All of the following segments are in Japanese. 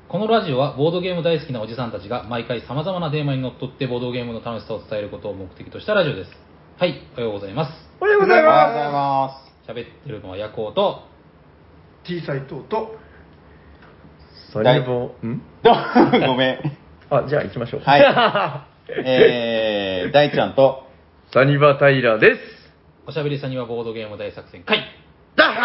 このラジオはボードゲーム大好きなおじさんたちが毎回様々なテーマにのっとってボードゲームの楽しさを伝えることを目的としたラジオです。はい、おはようございます。 おはようございおはようごまざいます。 喋ってるのはヤコウと T 斎藤とす。サニボんごめん。 あ、じゃあ行きましょう。 はい。大ちゃんと、 サニバタイラです。 おしゃべりさんにはボードゲーム大作戦会ダッハ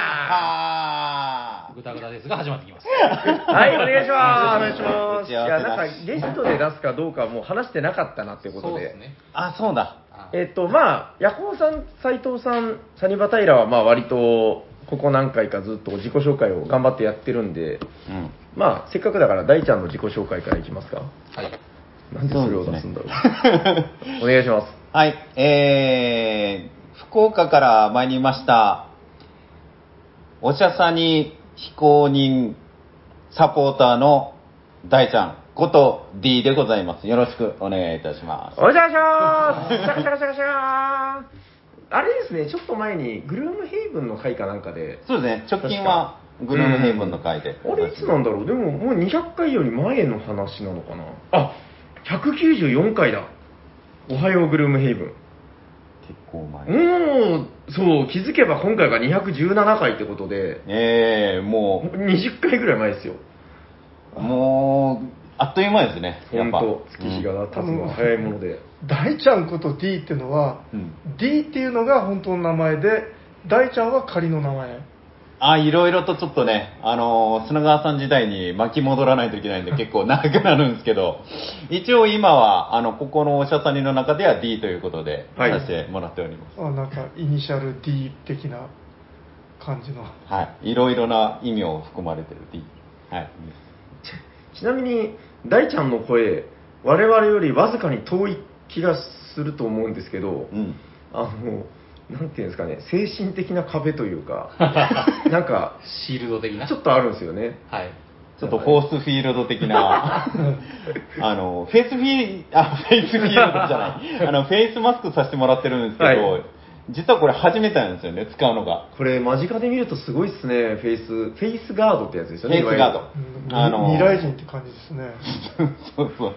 ぐだぐだですが始まってきます。 ーはい、お願いします。 お願いしますいや、なんかゲストで出すかどうかはもう話してなかったなってことで。 そうですね。 あ、そうだ。 まあ、ヤコウさん、斉藤さん、サニバタイラはまあ割と、ここ何回かずっと自己紹介を頑張ってやってるんで、 うん。 まあ、せっかくだから大ちゃんの自己紹介からいきますか。 はい。 なんでそれを出すんだろう。お願いします。 はい。福岡から参りました。おしゃさに非公認サポーターの大ちゃんこと D でございます。よろしくお願いいたします。 お願いします。シャカシャカシャカシャカあれですね、ちょっと前にグルームヘイブンの回かなんかで、 そうですね。直近はグルームヘイブンの回で。 あれいつなんだろう。でももう200回より前の話なのかな。あ、194回だ。おはようグルームヘイブン。 結構前。 もう、そう、気づけば今回が217回ってことで、 も 20回ぐらい前ですよ。 う、あっという間ですね。やっぱ。 本当、月日が経つのは早いもので。 大ちゃんこと D っていうのは、 うん D っていうのが本当の名前で大ちゃんは仮の名前。 いろいろとちょっとね、砂川さん時代に巻き戻らないといけないんで結構長くなるんですけど、一応今は、ここのおしゃさにの中では D ということで、 はいさせてもらっております。 なんかイニシャル D 的な感じの。 はい。いろいろな意味を含まれてる D。はい。 ちなみに、大ちゃんの声、我々よりわずかに遠い気がすると思うんですけど、 うん。 なんていうんですかね、精神的な壁というか、なんか、 シールド的な。 ちょっとあるんですよね。 はい。 ちょっとフォースフィールド的な、フェイスフィールドじゃない、フェイスマスクさせてもらってるんですけど、 はい、 実はこれ初めてなんですよね、使うのが。 これ間近で見るとすごいっすね、フェイスガードってやつですよね。 フェイスガード。 未来人って感じですね。 そうそう。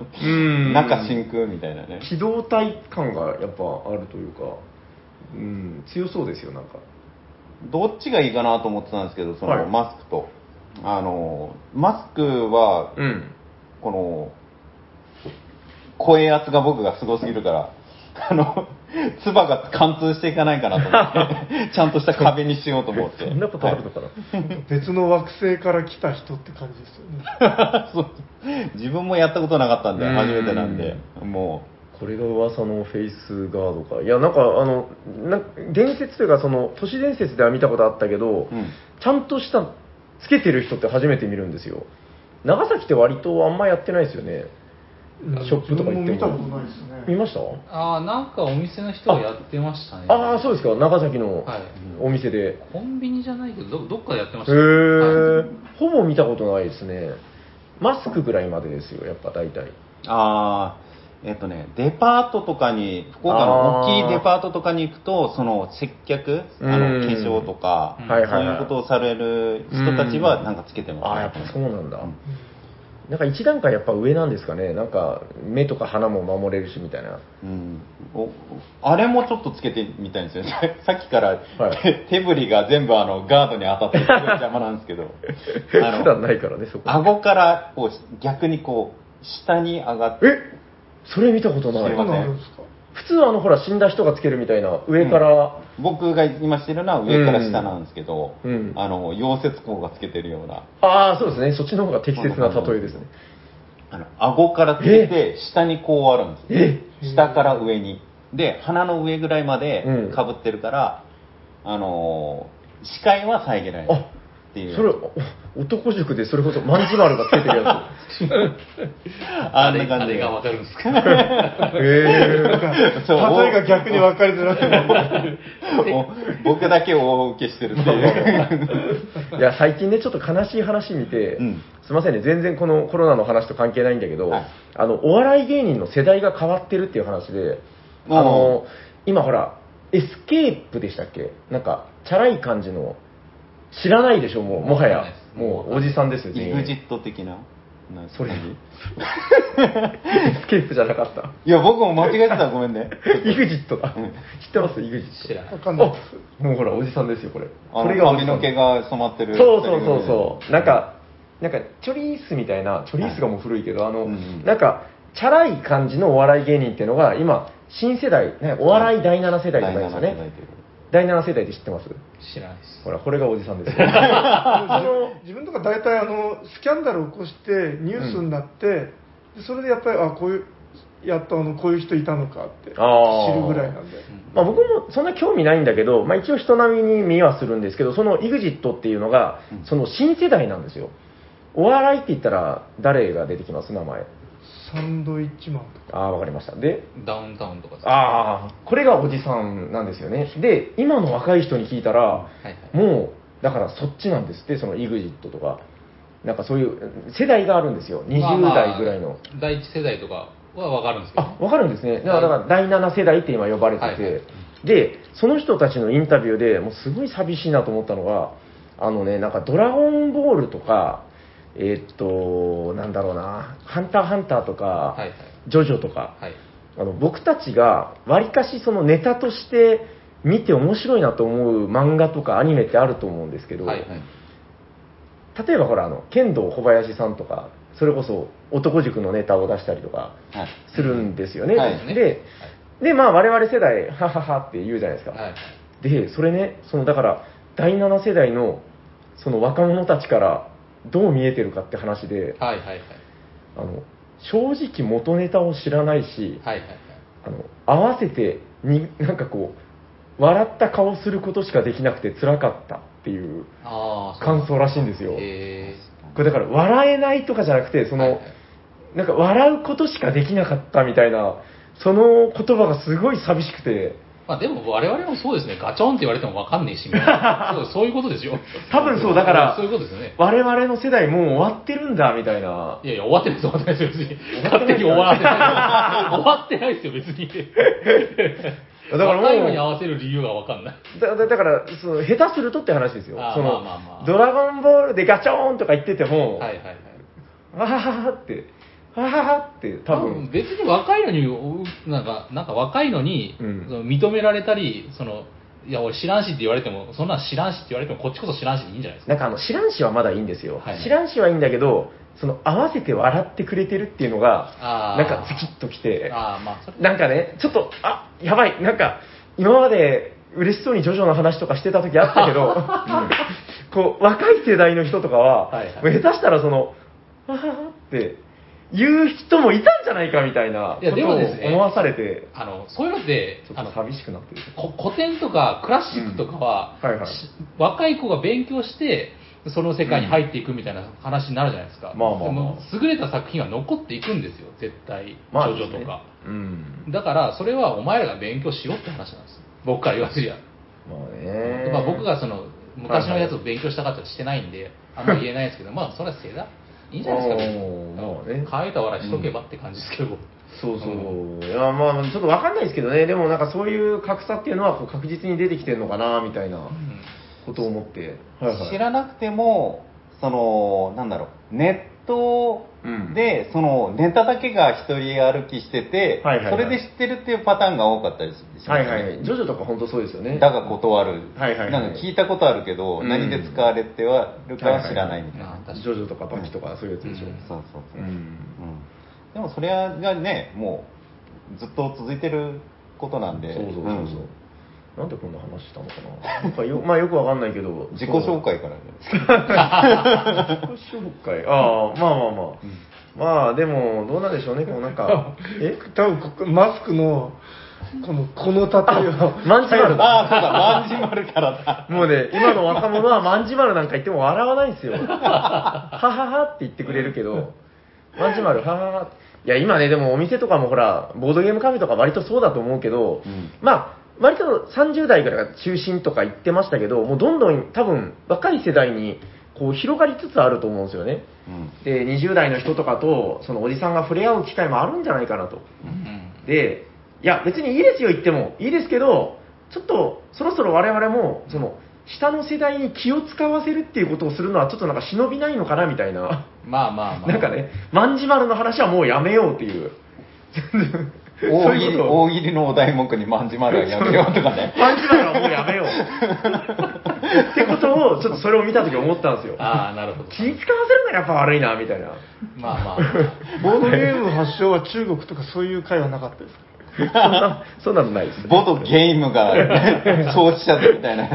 中真空みたいなね。 機動体感がやっぱあるというか、強そうですよ、なんか。 どっちがいいかなと思ってたんですけど、その、 はいマスクと。マスクは、この、声圧が僕がすごすぎるから、唾が貫通していかないかなと思って、ちゃんとした壁にしようと思って。 そんなことあるのかな、 別の惑星から来た人って感じですよね。 そう自分もやったことなかったんで、初めてなんで、もう。 これが噂のフェイスガードか。いや、なんか、伝説というか、その、都市伝説では見たことあったけど、ちゃんとした、つけてる人って初めて見るんですよ。長崎って割とあんまやってないですよね。ショップとか行っても。 見たことないですね。 見ました？ なんかお店の人がやってましたね。 そうですか。長崎のお店で。 コンビニじゃないけど、どっかでやってました。 ほぼ見たことないですね。マスクぐらいまでですよ、やっぱ大体。 デパートとかに、福岡の大きいデパートとかに行くと、その接客、化粧とか、そういうことをされる人たちはなんかつけてますね。 やっぱそうなんだ。なんか一段階やっぱ上なんですかね。なんか目とか鼻も守れるしみたいな。 あれもちょっとつけてみたいんですよね。さっきから、手振りが全部ガードに当たってすごい邪魔なんですけど。 普段ないからね、そこ。 顎からこう逆にこう、下に上がって。 それ見たことない。 すいません。 普通ほら死んだ人がつけるみたいな上から、 僕が今してるのは上から下なんですけど、溶接工がつけてるような。 そうですね。そっちの方が適切な例えですね。 顎からつけて下にこうあるんです。下から上に。で、鼻の上ぐらいまで被ってるから、視界は遮られない。っていう。 それ、男塾でそれこそ、まんじまるがつけてるやつ。 あんな感じがわかるんですか例えが逆に分かりづらくて僕だけ大受けしてるっていう。 いや、最近ね、ちょっと悲しい話見て、すいませんね、全然このコロナの話と関係ないんだけど、お笑い芸人の世代が変わってるっていう話で、今ほら、エスケープでしたっけ？なんか、チャラい感じの、知らないでしょ、もはや。 もうおじさんですよ、全員。 イグジット的な。 それにエスケープじゃなかった。 いや、僕も間違えてたらごめんね。 イグジットだ。知ってます？イグジット。 知らない。 わかんないです。 もうほら、おじさんですよ、これ。 ここれがおじ髪さんの毛が染まってる。 そうそうそうそう。なんか、チョリースみたいな、チョリースがもう古いけど、なんか、チャラい感じのお笑い芸人っていうのが、今、新世代、ね、お笑い第7世代とか言うんですよね。第7世代って知ってます？ 知らないです。 ほら、これがおじさんですよ。 自分とか大体スキャンダルを起こしてニュースになって、でそれでやっぱりこういうやっとこういう人いたのかって知るぐらいなんで、 まあ、僕もそんな興味ないんだけど、まあ、一応人並みに見はするんですけど、その EXIT っていうのがその新世代なんですよ。お笑いって言ったら誰が出てきます？名前。 サンドイッチマンとか。 ああ、わかりました。で、 ダウンタウンとかです。 ああ、これがおじさんなんですよね。で、今の若い人に聞いたら、 はいはい、 もう、だからそっちなんですって、その EXIT とか。なんかそういう世代があるんですよ。20代ぐらいの。 第一世代とかは分かるんですけど、 あ、分かるんですね。だから第7世代って今呼ばれてて、 はいはい、 で、その人たちのインタビューでもうすごい寂しいなと思ったのが、なんかドラゴンボールとか、なんだろうな、ハンターハンターとか、 はいはい、 ジョジョとか、 はい、 僕たちがわりかしそのネタとして見て面白いなと思う漫画とかアニメってあると思うんですけど、 はいはい、 例えばほら剣道小林さんとか、それこそ男塾のネタを出したりとかするんですよね。 はい、 で、まあ我々世代、はははって言うじゃないですか。 はい、 で、それね、だから第7世代のその若者たちからどう見えてるかって話で、 はいはいはい、 正直元ネタを知らないし、 はいはいはい、 合わせてなんかこう笑った顔することしかできなくて辛かったっていう感想らしいんですよ。これだから笑えないとかじゃなくて、はいはい、なんか笑うことしかできなかったみたいな、その言葉がすごい寂しくて。 まあ、でも我々もそうですね、ガチョンって言われても分かんねえしみたいなそういうことですよ。 多分そう、だからそういうことですよね。 我々の世代もう終わってるんだみたいな。 いやいや、終わってないです、終わってないですよ、別に。勝手に終わってない終わってないですよ、別に。だから若いのに合わせる理由が分かんない。 だから下手するとって話ですよ。 まあまあまあ、 ドラゴンボールでガチョーンとか言ってても、 はいはいはい、 わはははってはははって多分別に若いのになんか若いのに、認められたり、いや俺知らんしって言われても、そんなん知らんしって言われてもこっちこそ知らんしでいいんじゃないですか。 なんか知らんしはまだいいんですよ、 はいはい、 知らんしはいいんだけど、合わせて笑ってくれてるっていうのがなんかズキッときて、 まあ、 なんかね、ちょっとやばい、なんか今まで嬉しそうにジョジョの話とかしてた時あったけど、こう若い世代の人とかは、はいはい、下手したらはははって言う人もいたんじゃないかみたいなことを思わされて、 そういうのってちょっと寂しくなってる。 古典とかクラシックとかは、はいはい、若い子が勉強してその世界に入っていくみたいな話になるじゃないですか。でも優れた作品は残っていくんですよ、絶対。ジョジョとか、だからそれはお前らが勉強しろって話なんですよ、僕から言わせりゃ。まあ僕が昔のやつを勉強したかったらしてないんで、あんまり言えないですけど、まあそれは世代いいんじゃないですか、乾いた笑いしとけばって感じですけど、 そうそう、いやまあちょっと分かんないですけどね、でもなんかそういう格差っていうのは確実に出てきてるのかなみたいなことを思って、 知らなくてもなんだろう、ネットでそのネタだけが一人歩きしてて、それで知ってるっていうパターンが多かったりしますね。 はいはい、ジョジョとか本当そうですよね。 だが断る、 なんか聞いたことあるけど、何で使われてはるかは知らないみたいな。 ジョジョとかバキとかそういうやつでしょ。 そうそうそう。でもそれがね、もうずっと続いてることなんで。 そう。なんでこんな話したのかな。なんかまあよくわかんないけど。 自己紹介からじゃないですか。自己紹介。まあでもどうなんでしょうね。こうなんか多分マスクのこの例えはまんじまる。 そうだ、まんじまるからだ。 もうね、今の若者はまんじまるなんか言っても笑わないんですよ。はははって言ってくれるけど、まんじまるははは。いや今ね、でもお店とかもほらボードゲームカフェとか割とそうだと思うけど、まあ割と30代ぐらいが中心とか言ってましたけど、もうどんどん多分若い世代にこう広がりつつあると思うんですよね。で20代の人とかとそのおじさんが触れ合う機会もあるんじゃないかなと。でいや別にいいですよ言ってもいいですけど、ちょっとそろそろ我々も下の世代に気を使わせるっていうことをするのはちょっとなんか忍びないのかなみたいな。 まあまあまあ。 なんかね、万事丸の話はもうやめようっていう。 大喜利のお題目に万事丸はやめようとかね。 万事丸はもうやめよう。ってことを、ちょっとそれを見たとき思ったんですよ。 ああ、なるほど。 気使わせるのがやっぱ悪いな、みたいな。 まあまあ。 ボードゲーム発祥は中国とかそういう会はなかったですか？ そんなのないです。 ボードゲームが、ね、創始者みたいな。 そう。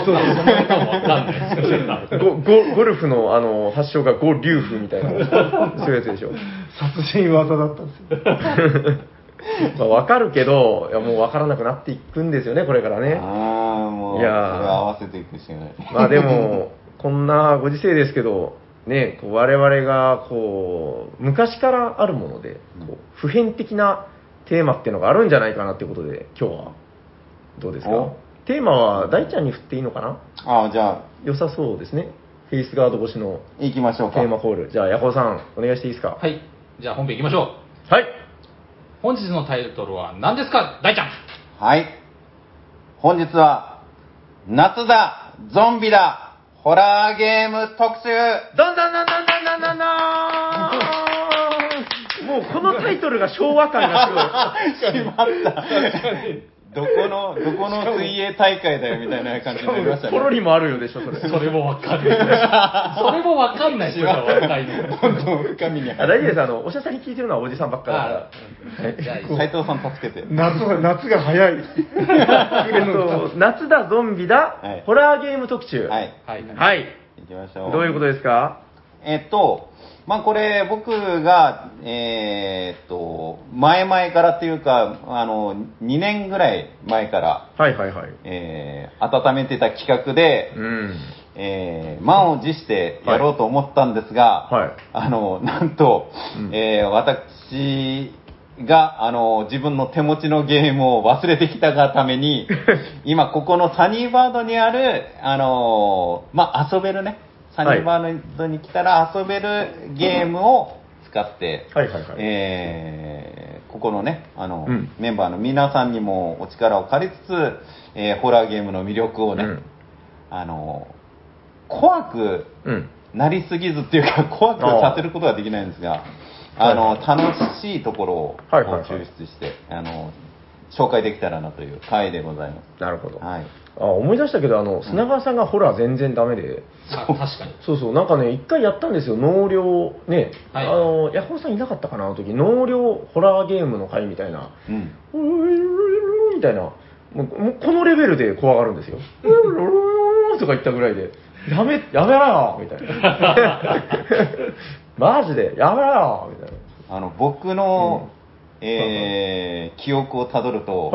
そんなこともわかんないですよ。 ゴルフの発祥がゴリュウフみたいな、そういうやつでしょ。 殺人技だったんですよ。 まあ分かるけど、いやもう分からなくなっていくんですよね、これからね。 ああ、もう、それは合わせていくしかない。 まあでも、こんなご時世ですけど、ね、こう我々がこう昔からあるもので、こう普遍的なテーマっていうのがあるんじゃないかなっていうことで、今日はどうですか？テーマは大ちゃんに振っていいのかな？ ああ、じゃあ良さそうですね。フェイスガード越しの行きましょうか。 テーマコール。じゃあヤホーさんお願いしていいですか？ はい。じゃあ本編行きましょう。はい。 本日のタイトルは何ですか、大ちゃん。 はい。本日は夏だ、ゾンビだ、ホラーゲーム特集。 どんどんどんどんどんどんどんどん。もうこのタイトルが昭和感がすごい。 しまった。どこの水泳大会だよみたいな感じになりましたね。 ポロリもあるよでしょ、それ。 それもわかんない。それもわかんないし、若いの。 どんどん深みに大丈夫です。おしゃさんに聞いてるのはおじさんばっかだから。 斉藤さん助けて。 夏が早い。 夏だ、ゾンビだ、はい、ホラーゲーム特集。 はい。 はい。 行きましょう。 どういうことですか？ まあこれ僕が、前々からっていうか、2年ぐらい前から、 はいはいはい。 温めてた企画で、満を持してやろうと思ったんですが、 はい、 なんと、私が、自分の手持ちのゲームを忘れてきたがために、今ここのサニーバードにある、まあ遊べるね、サニーバードに来たら遊べるゲームを使って、ここのね、メンバーの皆さんにもお力を借りつつ、ホラーゲームの魅力をね、怖くなりすぎずっていうか、怖くさせることができないんですが、楽しいところを抽出して、紹介できたらなという回でございます。 なるほど。 はい。 思い出したけど、砂川さんがホラー全然ダメで。 確かに。 そう、なんかね、一回やったんですよ、納涼、ね。 はい、 ヤホーさんいなかったかな、あの時。納涼ホラーゲームの回みたいな。みたいな。もうこのレベルで怖がるんですよ。とか言ったぐらいで、やめろよみたいな。マジで、やめろよみたいな。僕の、記憶をたどると、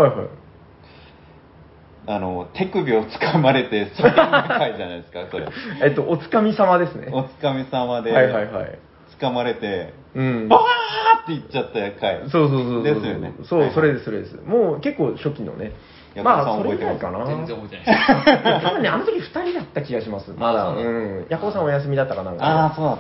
手首を掴まれて叫んだ回じゃないですか、それ。 おつかみ様ですね。 おつかみ様で、掴まれて、バーって言っちゃった回。 そう。 ですよね。 そう、それです。もう結構初期のね。まあ、それぐらいかな。 全然覚えてないです。 多分ね、あの時2人だった気がします。まだ。ヤコウさんお休みだったかなんか。 ああ、そうだった。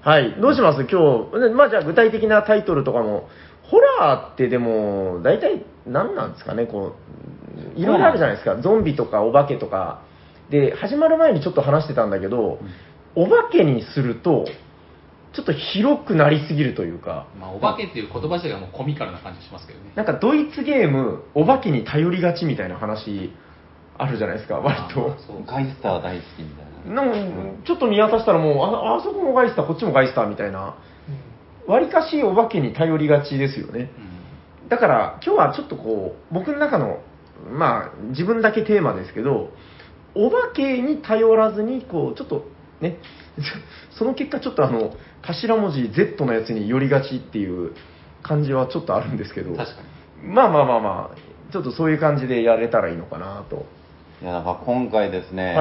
はい。どうします今日。まあじゃあ具体的なタイトルとかも。ホラーってでも、大体何なんですかねこう、いろいろあるじゃないですか。ゾンビとかお化けとか。で、始まる前にちょっと話してたんだけど、お化けにすると、ちょっと広くなりすぎるというか。 まあ、お化けっていう言葉自体がもうコミカルな感じしますけどね。 なんかドイツゲーム、お化けに頼りがちみたいな話あるじゃないですか、割と。 ガイスター大好きみたいな。 ちょっと見渡したらもう、あそこもガイスター、こっちもガイスターみたいな。割かしお化けに頼りがちですよね。だから今日はちょっとこう、僕の中の、まあ自分だけテーマですけど、お化けに頼らずに、こう、ちょっとね、その結果ちょっと頭文字 Z のやつに寄りがちっていう感じはちょっとあるんですけど、 確かに。 まあ、ちょっとそういう感じでやれたらいいのかなと。 いや、だから今回ですね、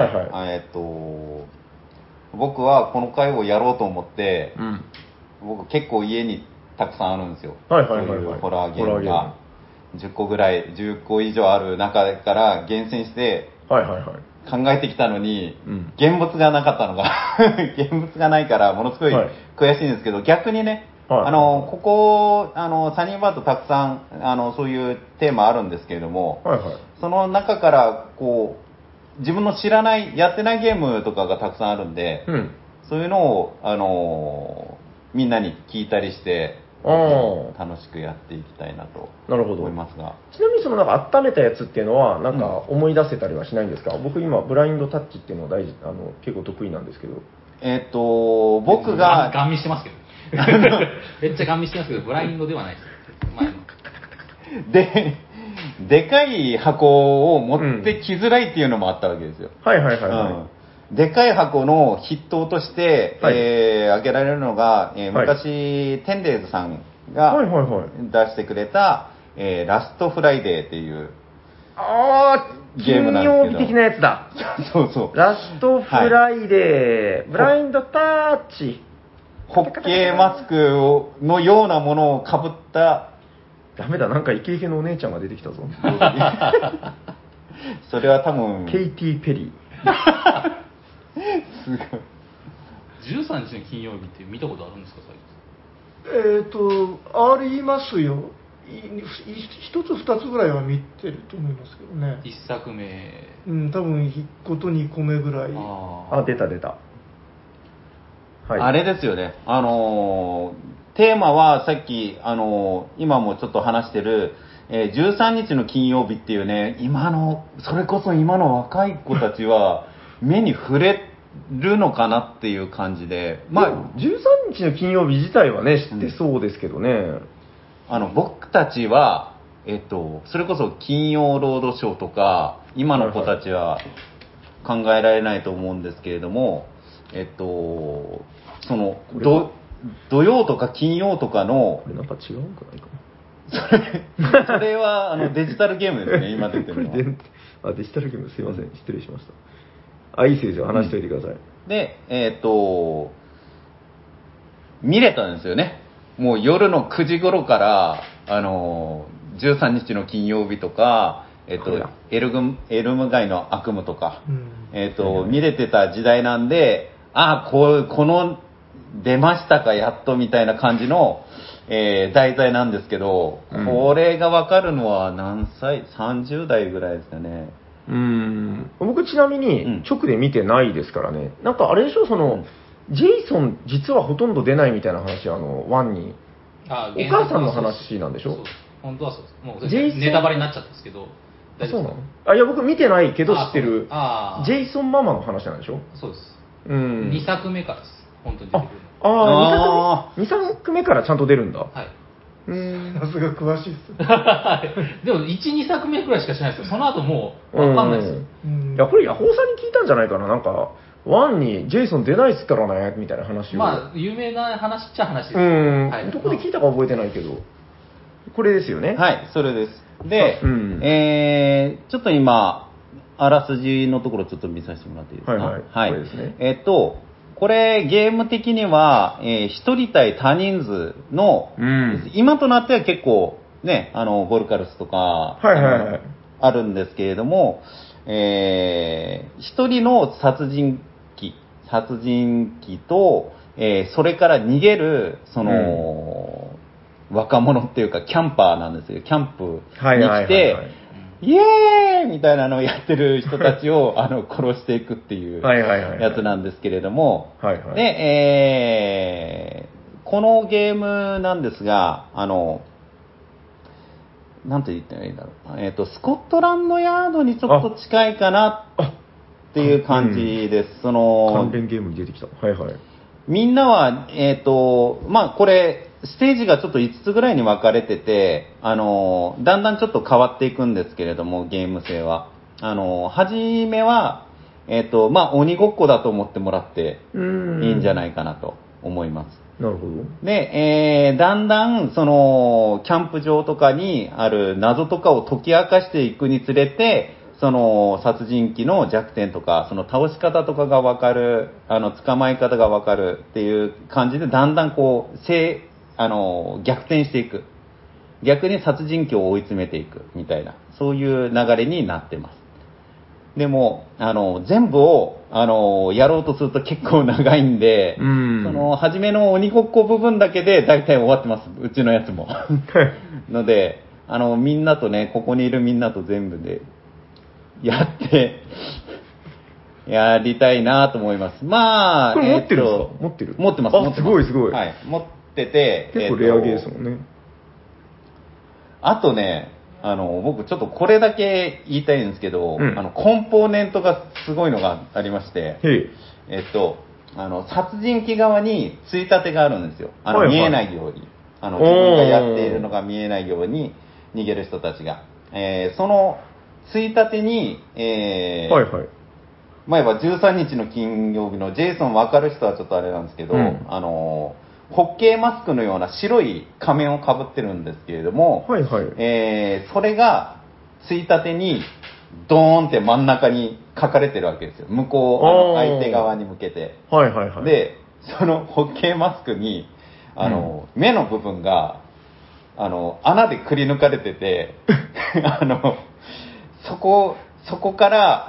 僕はこの回をやろうと思って、僕結構家にたくさんあるんですよ。そういうホラーゲームが10個ぐらい、10個以上ある中から厳選して、考えてきたのに、現物がなかったのが現物がないからものすごい悔しいんですけど、逆にね、ここサニーバードたくさんそういうテーマあるんですけれども、その中からこう自分の知らない、やってないゲームとかがたくさんあるんで、そういうのを、みんなに聞いたりして、楽しくやっていきたいなと思いますが。 ちなみにそのなんか温めたやつっていうのはなんか思い出せたりはしないんですか？僕今ブラインドタッチっていうのは結構得意なんですけど。 僕がガン見してますけど。めっちゃガン見してますけど、ブラインドではないです。 でかい箱を持ってきづらいっていうのもあったわけですよ。でかい箱の筆頭として、挙げられるのが、昔、テンレーズさんが出してくれた、ラストフライデーっていうゲームなんですけど。金曜日的なやつだ。 そう。 ラストフライデー、ブラインドタッチ。 ホッケーマスクのようなものをかぶった。 ダメだ、なんかイケイケのお姉ちゃんが出てきたぞ。 それは多分。 ケイティ・ペリー。すごい。 13日の金曜日って見たことあるんですか、 最近。ありますよ。一つ二つぐらいは見てると思いますけどね。 一作目。 多分1個と2個目ぐらい。 出た。 あれですよね。テーマはさっき、今もちょっと話してる、13日の金曜日っていうね、それこそ今の若い子たちは、目に触れるのかなっていう感じで。 まあ、13日の金曜日自体はね、知ってそうですけどね。 僕たちは、それこそ金曜ロードショーとか、今の子たちは考えられないと思うんですけれども、その、土曜とか金曜とかの、 これなんか違うんかないかな。それはデジタルゲームですね、今出てるのは。 デジタルゲーム、すいません、失礼しました。いいですよ、話しといてください。 で、見れたんですよね。もう夜の9時頃から、13日の金曜日とか、エルム街の悪夢とか、見れてた時代なんで、この、出ましたか、やっとみたいな感じの、題材なんですけど、これがわかるのは何歳 ?30 代ぐらいですかね。 僕ちなみに直で見てないですからね。なんかあれでしょ、ジェイソン実はほとんど出ないみたいな話、ワンに。お母さんの話なんでしょ？ 本当はそうです。もうネタバレになっちゃったんですけど。 そうなの？いや、僕見てないけど知ってる。ジェイソンママの話なんでしょ？ そうです。2作目からです。本当に出てくるの。2作目からちゃんと出るんだ。 はい。 さすが詳しいっす。 でも1、2作目くらいしかしないですよ。その後もう分かんないですよ。 いや、これヤホーさんに聞いたんじゃないかな。なんか、1にジェイソン出ないっすからね、みたいな話を。 まあ、有名な話っちゃ話です。 どこで聞いたか覚えてないけど。これですよね。 はい、それです。で、ちょっと今、あらすじのところちょっと見させてもらっていいですか？ はい。これですね。 これゲーム的には、1人対多人数の、今となっては結構ね、ボルカルスとか、あるんですけれども、一人の殺人鬼と、それから逃げる、若者っていうか、キャンパーなんですよ。キャンプに来て、イエーイみたいなのをやってる人たちを殺していくっていうやつなんですけれども、で、このゲームなんですが、なんて言ったらいいんだろう。スコットランドヤードにちょっと近いかなっていう感じです。 関連ゲームに出てきた。 みんなは、まあ、これ、ステージがちょっと5つぐらいに分かれてて、だんだんちょっと変わっていくんですけれども、ゲーム性は。初めは、まあ、鬼ごっこだと思ってもらっていいんじゃないかなと思います。 なるほど。 で、だんだん、キャンプ場とかにある謎とかを解き明かしていくにつれて、殺人鬼の弱点とか、倒し方とかが分かる、捕まえ方が分かるっていう感じで、だんだんこう、逆転していく。逆に殺人鬼を追い詰めていくみたいな、そういう流れになってます。でも、全部を、やろうとすると結構長いんで、初めの鬼ごっこ部分だけで大体終わってます。うちのやつも。ので、みんなとね、ここにいるみんなと全部でやって、 やりたいなと思います。まあ、 これ持ってるんですか？持ってる？ 持ってます。 あ、すごいすごい。 はい、持ってて、 結構レアゲーですもんね。 あとね、僕ちょっとこれだけ言いたいんですけど、コンポーネントがすごいのがありまして、殺人鬼側についたてがあるんですよ。見えないように。自分がやっているのが見えないように逃げる人たちが。そのついたてに、前は13日の金曜日のジェイソン分かる人はちょっとあれなんですけど、ホッケーマスクのような白い仮面をかぶってるんですけれども、それがついたてにドーンって真ん中に書かれてるわけですよ。向こう、相手側に向けて。で、そのホッケーマスクに、目の部分が、穴でくり抜かれてて、そこから、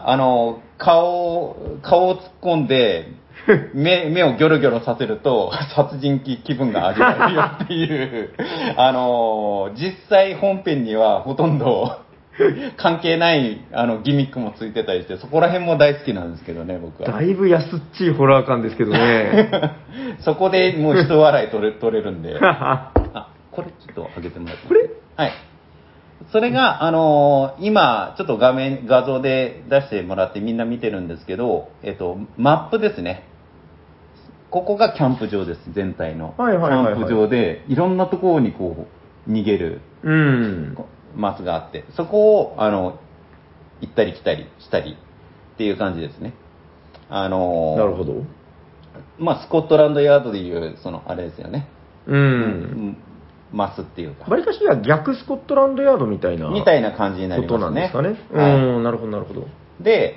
顔を突っ込んで、目をギョロギョロさせると、殺人鬼気分が味わえるよっていう、実際本編にはほとんど関係ないギミックもついてたりして、そこら辺も大好きなんですけどね、僕は。 だいぶ安っちいホラー感ですけどね。 そこでもう一笑い取れるんで。あ、これちょっと上げてもらって。 これ？ はい。それが、今、ちょっと画像で出してもらってみんな見てるんですけど、マップですね。ここがキャンプ場です、全体の。キャンプ場で、いろんなところにこう、逃げる、マスがあって、そこを、行ったり来たりしたりっていう感じですね。 なるほど。 まあ、スコットランドヤードでいう、あれですよね。マスっていうか。 わりかしは逆スコットランドヤードみたいな感じになりますね。 ことなんですかね。なるほど、なるほど。 で、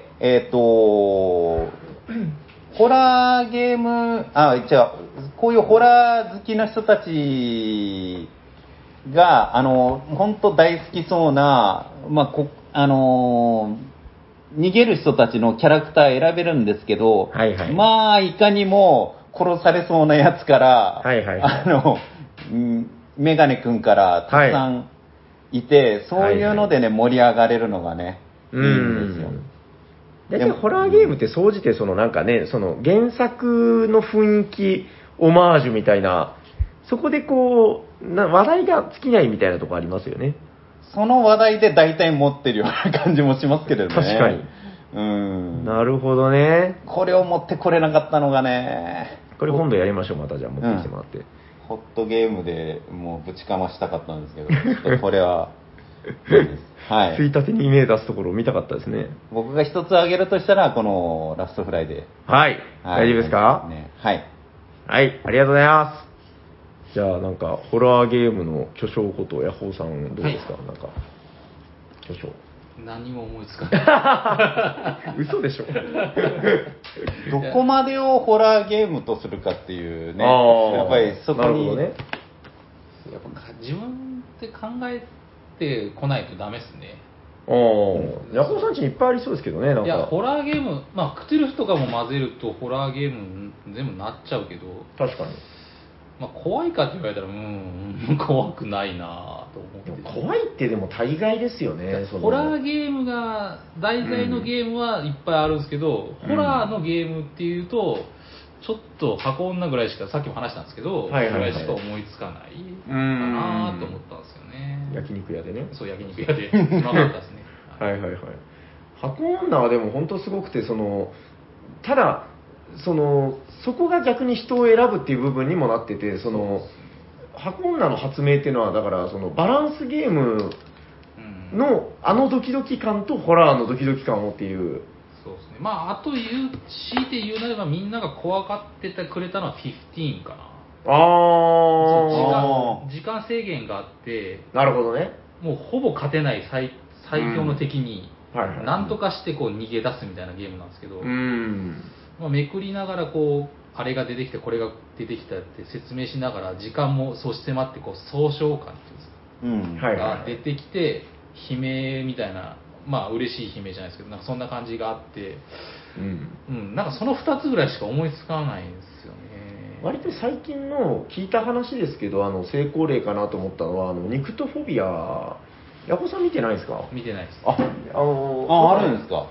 ホラーゲーム、こういうホラー好きな人たちが、本当大好きそうな、逃げる人たちのキャラクター選べるんですけど、まあ、いかにも殺されそうなやつから、メガネくんからたくさんいて、そういうのでね、盛り上がれるのがね、いいんですよ。 大体ホラーゲームって総じてなんかね、原作の雰囲気オマージュみたいな、そこでこう話題が尽きないみたいなとこありますよね。 その話題で大体持ってるような感じもしますけれどね。 確かに。なるほどね。 これを持ってこれなかったのがね。 これ今度やりましょう、またじゃあ持ってきてもらって。 ホットゲームでもうぶちかましたかったんですけど、ちょっとこれはですはい。ついたてに目出すところを見たかったですね。 僕が一つ挙げるとしたら、このラストフライデー。 はい。大丈夫ですか？ ね、はい。 はい、ありがとうございます。じゃあなんか、ホラーゲームの巨匠ことヤホーさんどうですか？なんか、巨匠。 何も思いつかない。 嘘でしょ。 どこまでをホラーゲームとするかっていうね。やっぱりそこに、 ね、 やっぱ自分で考えてこないとダメですね。 ヤホーさんちにいっぱいありそうですけどね。なんかいや、ホラーゲーム、クトゥルフとかも混ぜるとホラーゲーム全部なっちゃうけど、 確かに。 怖いかって言われたら怖くないなと思って。 怖いってでも大概ですよね。 ホラーゲームが題材のゲームはいっぱいあるんですけど、ホラーのゲームっていうとちょっと箱女ぐらいしか、さっきも話したんですけど、ぐらいしか思いつかないかなと思ったんですよね。 焼肉屋でね。 そう、焼肉屋でうまかったですね。 はいはいはい。箱女はでも本当すごくて、ただそこが逆に人を選ぶっていう部分にもなってて、箱女の発明っていうのはだからバランスゲームのドキドキ感とホラーのドキドキ感をっていう。 そうですね。あと強いて言うなれば、みんなが怖がっててくれたのは15かな。時間制限があって、 なるほどね。 もうほぼ勝てない最強の敵に何とかしてこう逃げ出すみたいなゲームなんですけど、めくりながらあれが出てきてこれが出てきたって説明しながら、時間もそして迫って総称感っていうんですか、が出てきて、悲鳴みたいな、嬉しい悲鳴じゃないですけど、なんかそんな感じがあって、なんかその2つぐらいしか思いつかないんですよね。 割と最近の聞いた話ですけど、成功例かなと思ったのは、ニクトフォビア、ヤコさん見てないですか？ 見てないです。 あるんですか？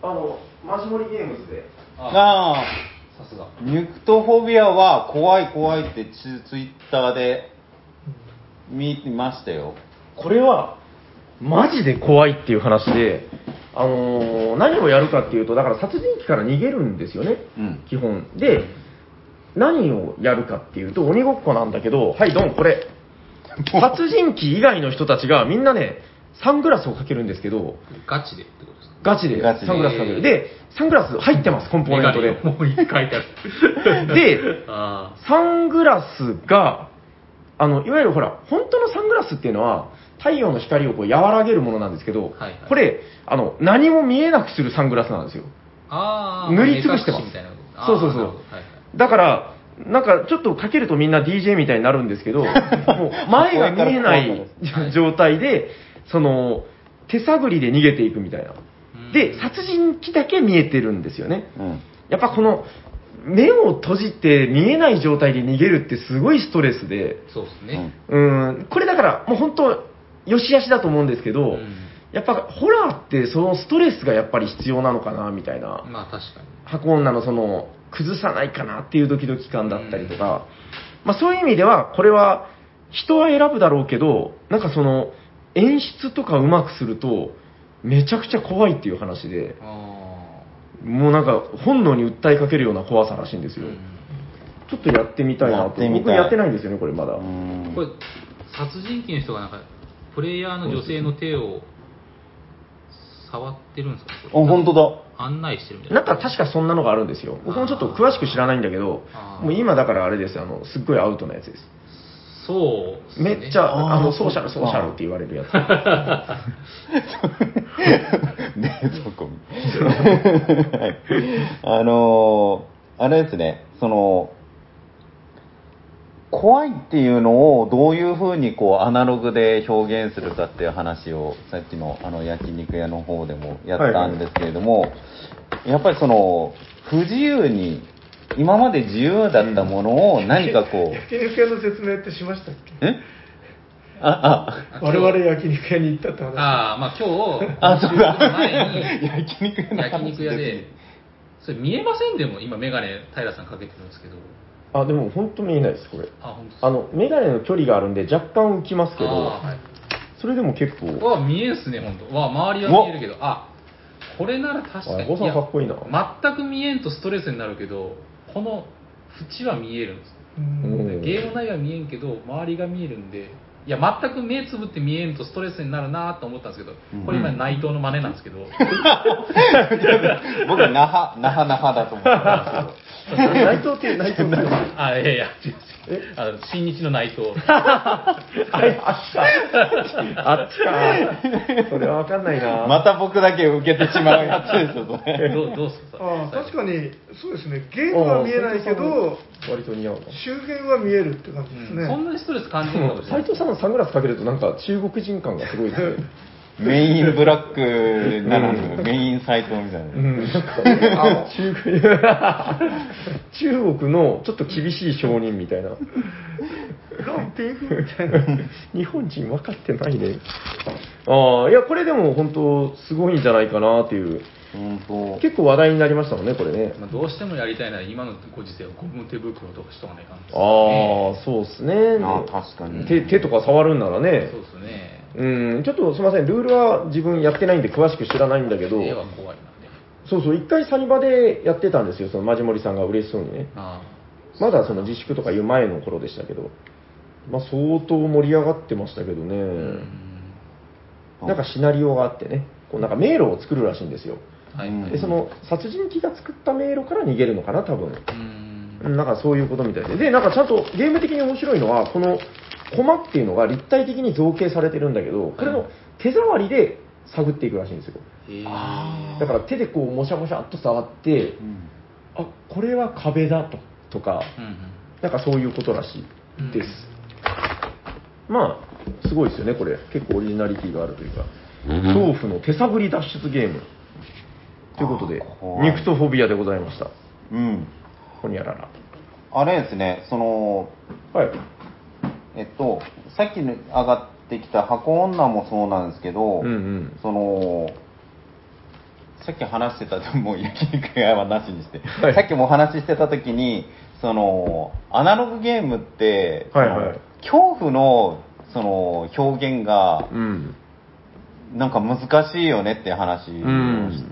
マジモリゲームズで。 ああ、さすが。ニクトフォビアは怖い怖いってツイッターで見ましたよ。 これは、マジで怖いっていう話で、何をやるかっていうと、だから殺人鬼から逃げるんですよね、基本。で、何をやるかっていうと、鬼ごっこなんだけど、はい、ドン、これ。殺人鬼以外の人たちがみんなね、サングラスをかけるんですけど、 ガチでってことですか？ ガチでサングラスかける。で、サングラス入ってます、コンポーネントで。 もう書いてある。 で、サングラスが、いわゆるほら、本当のサングラスっていうのは、太陽の光をこう和らげるものなんですけど、はいはい、これ、何も見えなくするサングラスなんですよ。塗りつぶしてます。そうそうそう。はいはい、だから、なんかちょっとかけるとみんな DJ みたいになるんですけど、もう前が見えない状態で、手探りで逃げていくみたいな。で、殺人鬼だけ見えてるんですよね。やっぱこの、目を閉じて見えない状態で逃げるってすごいストレスで、 そうですね。 これだからもう本当、よしあしだと思うんですけど、やっぱホラーってそのストレスがやっぱり必要なのかなみたいな。 まあ確かに。 箱女の崩さないかなっていうドキドキ感だったりとか、まあそういう意味では、これは人は選ぶだろうけど、なんか演出とかうまくすると、めちゃくちゃ怖いっていう話で、もうなんか本能に訴えかけるような怖さらしいんですよ。ちょっとやってみたいなと。僕やってないんですよね、これまだ。これ、殺人鬼の人がなんか、プレイヤーの女性の手を触ってるんですか？ 本当だ。 案内してるみたいな。 なんか確かそんなのがあるんですよ。僕もちょっと詳しく知らないんだけど、もう今だからあれですよ、すっごいアウトなやつです。 そうですね。 めっちゃ、ソーシャルって言われるやつ。 ねえ、そこ。あれですね、怖いっていうのをどういうふうにアナログで表現するかっていう話をさっきの焼肉屋の方でもやったんですけれども、やっぱり不自由に今まで自由だったものを何か焼肉屋の説明ってしましたっけ？我々焼肉屋に行ったって話。 まあ今日そうだ前に焼肉屋でそれ見えませんでも今メガネ平さんかけてるんですけど。 でも本当見えないです、これ。 本当ですか？ メガネの距離があるんで若干浮きますけど、 はい、 それでも結構。 見えんすね、本当。周りは見えるけど、これなら確かに。 誤差かっこいいな。 全く見えんとストレスになるけど、この縁は見えるんです。ゲーム内は見えんけど、周りが見えるんで、いや、全く目つぶって見えんとストレスになるなと思ったんですけど、これ今内藤の真似なんですけど。 僕は那覇だと思ったんですけど。 内藤っていやいや、新日の内藤。 あっちか。それは分かんないな。 また僕だけ受けてしまうやつですよ、それ。 どうすか？ 確かに、そうですね。ゲームは見えないけど、 割と似合うな。 周辺は見えるって感じですね。 そんなにストレス感じるかもしれない。 斉藤さんのサングラスかけるとなんか中国人感がすごいですね。 メインブラックならぬメインサイトみたいな。 中国のちょっと厳しい商人みたいな。 ランピングみたいな。 日本人分かってないね。いや、これでも本当すごいんじゃないかなっていう。結構話題になりましたもんね、これね。 どうしてもやりたいなら今のご時世はゴム手袋とかしとかないかんですね。 そうですね。 確かに。 手とか触るんならね。 そうですね。 ちょっとすみません、ルールは自分やってないんで詳しく知らないんだけど、 絵は怖いな。 そう、一回サニバでやってたんですよ、そのマジモリさんが嬉しそうにね。まだその自粛とかいう前の頃でしたけど、相当盛り上がってましたけどね。なんかシナリオがあってね、なんか迷路を作るらしいんですよ。で、その殺人鬼が作った迷路から逃げるのかな、多分。なんかそういうことみたいで。で、なんかちゃんとゲーム的に面白いのは、このコマっていうのが立体的に造形されてるんだけど、これの手触りで探っていくらしいんですよ。だから手でこうもしゃもしゃっと触って、これは壁だとか、なんかそういうことらしいです。すごいですよね、これ。結構オリジナリティがあるというか。恐怖の手探り脱出ゲーム。ということで、ニクトフォビアでございました。ほにゃらら。 あれですね、 はい。 さっき上がってきた箱女もそうなんですけど、 さっき話してた、もう焼肉屋はなしにして、 はい、 さっきもお話ししてた時に、そのアナログゲームって、 はいはい、 恐怖のその表現が、なんか難しいよねっていう話をして、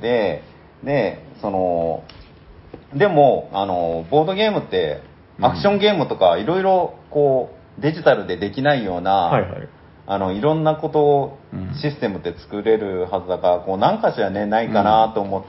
ででもボードゲームってアクションゲームとかいろいろこうデジタルでできないような、 はいはい、 いろんなことをシステムで作れるはずだから、こう何かしらねないかなと思って、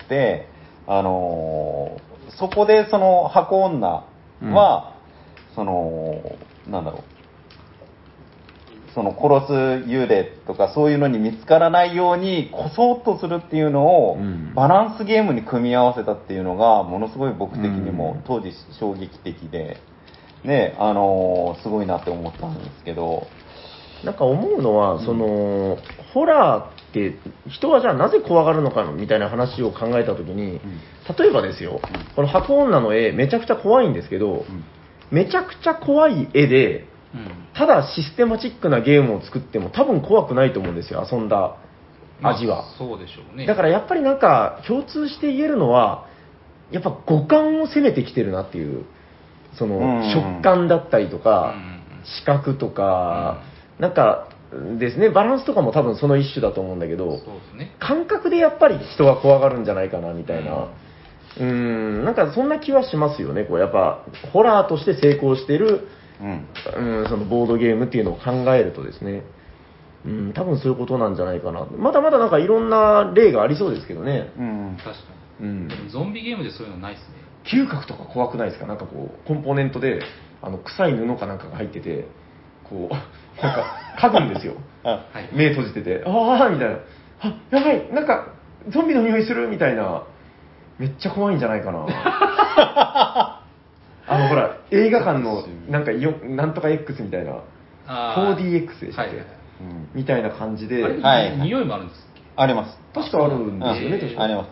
そこでその箱女は、なんだろう、その殺す幽霊とかそういうのに見つからないようにこそっとするっていうのをバランスゲームに組み合わせたっていうのがものすごい僕的にも当時衝撃的で、ね、すごいなって思ったんですけど、 なんか思うのは、そのホラーって人はじゃあなぜ怖がるのかみたいな話を考えたときに、例えばですよ、この箱女の絵めちゃくちゃ怖いんですけど、めちゃくちゃ怖い絵でただシステマチックなゲームを作っても多分怖くないと思うんですよ、遊んだ味は。 そうでしょうね。 だからやっぱりなんか共通して言えるのは、やっぱ五感を攻めてきてるなっていう、その食感だったりとか、視覚とか、なんかですね、バランスとかも多分その一種だと思うんだけど、 そうですね、 感覚でやっぱり人は怖がるんじゃないかなみたいな。なんかそんな気はしますよね。こうやっぱホラーとして成功してる、そのボードゲームっていうのを考えるとですね、多分そういうことなんじゃないかな。まだまだなんかいろんな例がありそうですけどね。 確かに。でもゾンビゲームでそういうのないですね。 嗅覚とか怖くないですか？なんかこうコンポーネントで臭い布かなんかが入ってて、こうなんか嗅ぐんですよ。目閉じてて、ああみたいな、あ、やばい、なんかゾンビの匂いするみたいな、めっちゃ怖いんじゃないかな。ほら映画館のなんかなんとか X みたいな 4DX でしたっけ、みたいな感じで、 匂いもあるんですっけ？ あります。 確かあるんですよね。確かあります。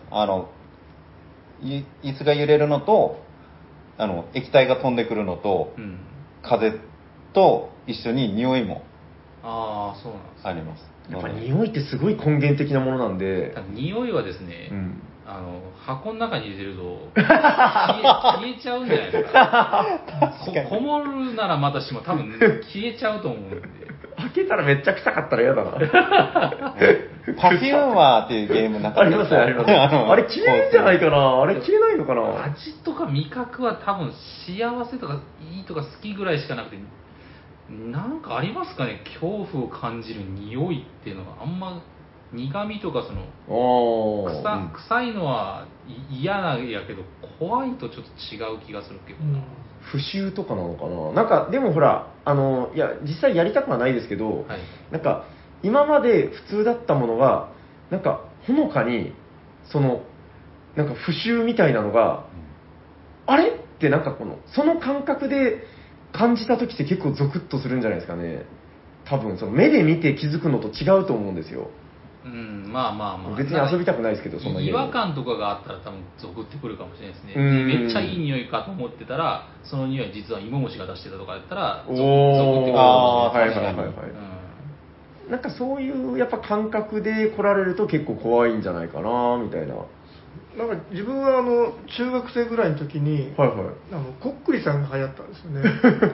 椅子が揺れるのと液体が飛んでくるのと、風と一緒に匂いもそうなんです、 あります。 やっぱ匂いってすごい根源的なものなんで、 匂いはですね、箱の中に入れてると消えちゃうんじゃないですか。こもるならまたしも多分消えちゃうと思うんで。 開けたらめっちゃ臭かったら嫌だな。 パフューマーっていうゲームなかったですか？ ありますあれ消えるんじゃないかな。あれ消えないのかな。 味とか味覚は多分幸せとかいいとか好きぐらいしかなくて、なんかありますかね、恐怖を感じる匂いっていうのが。あんま苦味とかその臭いのは嫌なんやけど、怖いとちょっと違う気がするけどな。 腐臭とかなのかな。なんかでもほらいや実際やりたくはないですけど、なんか今まで普通だったものがなんかほのかにそのなんか腐臭みたいなのが、あれってなんかその感覚で感じた時って結構ゾクッとするんじゃないですかね。多分その目で見て気づくのと違うと思うんですよ。 まあ別に遊びたくないですけど、そんな違和感とかがあったら多分ゾクってくるかもしれないですね。めっちゃいい匂いかと思ってたら、その匂い実は芋虫が出してたとかやったらゾクってくるかもしれないですね。 なんかそういうやっぱ感覚で来られると結構怖いんじゃないかなみたいな。 なんか自分は中学生ぐらいの時に、こっくりさんが流行ったんですよね。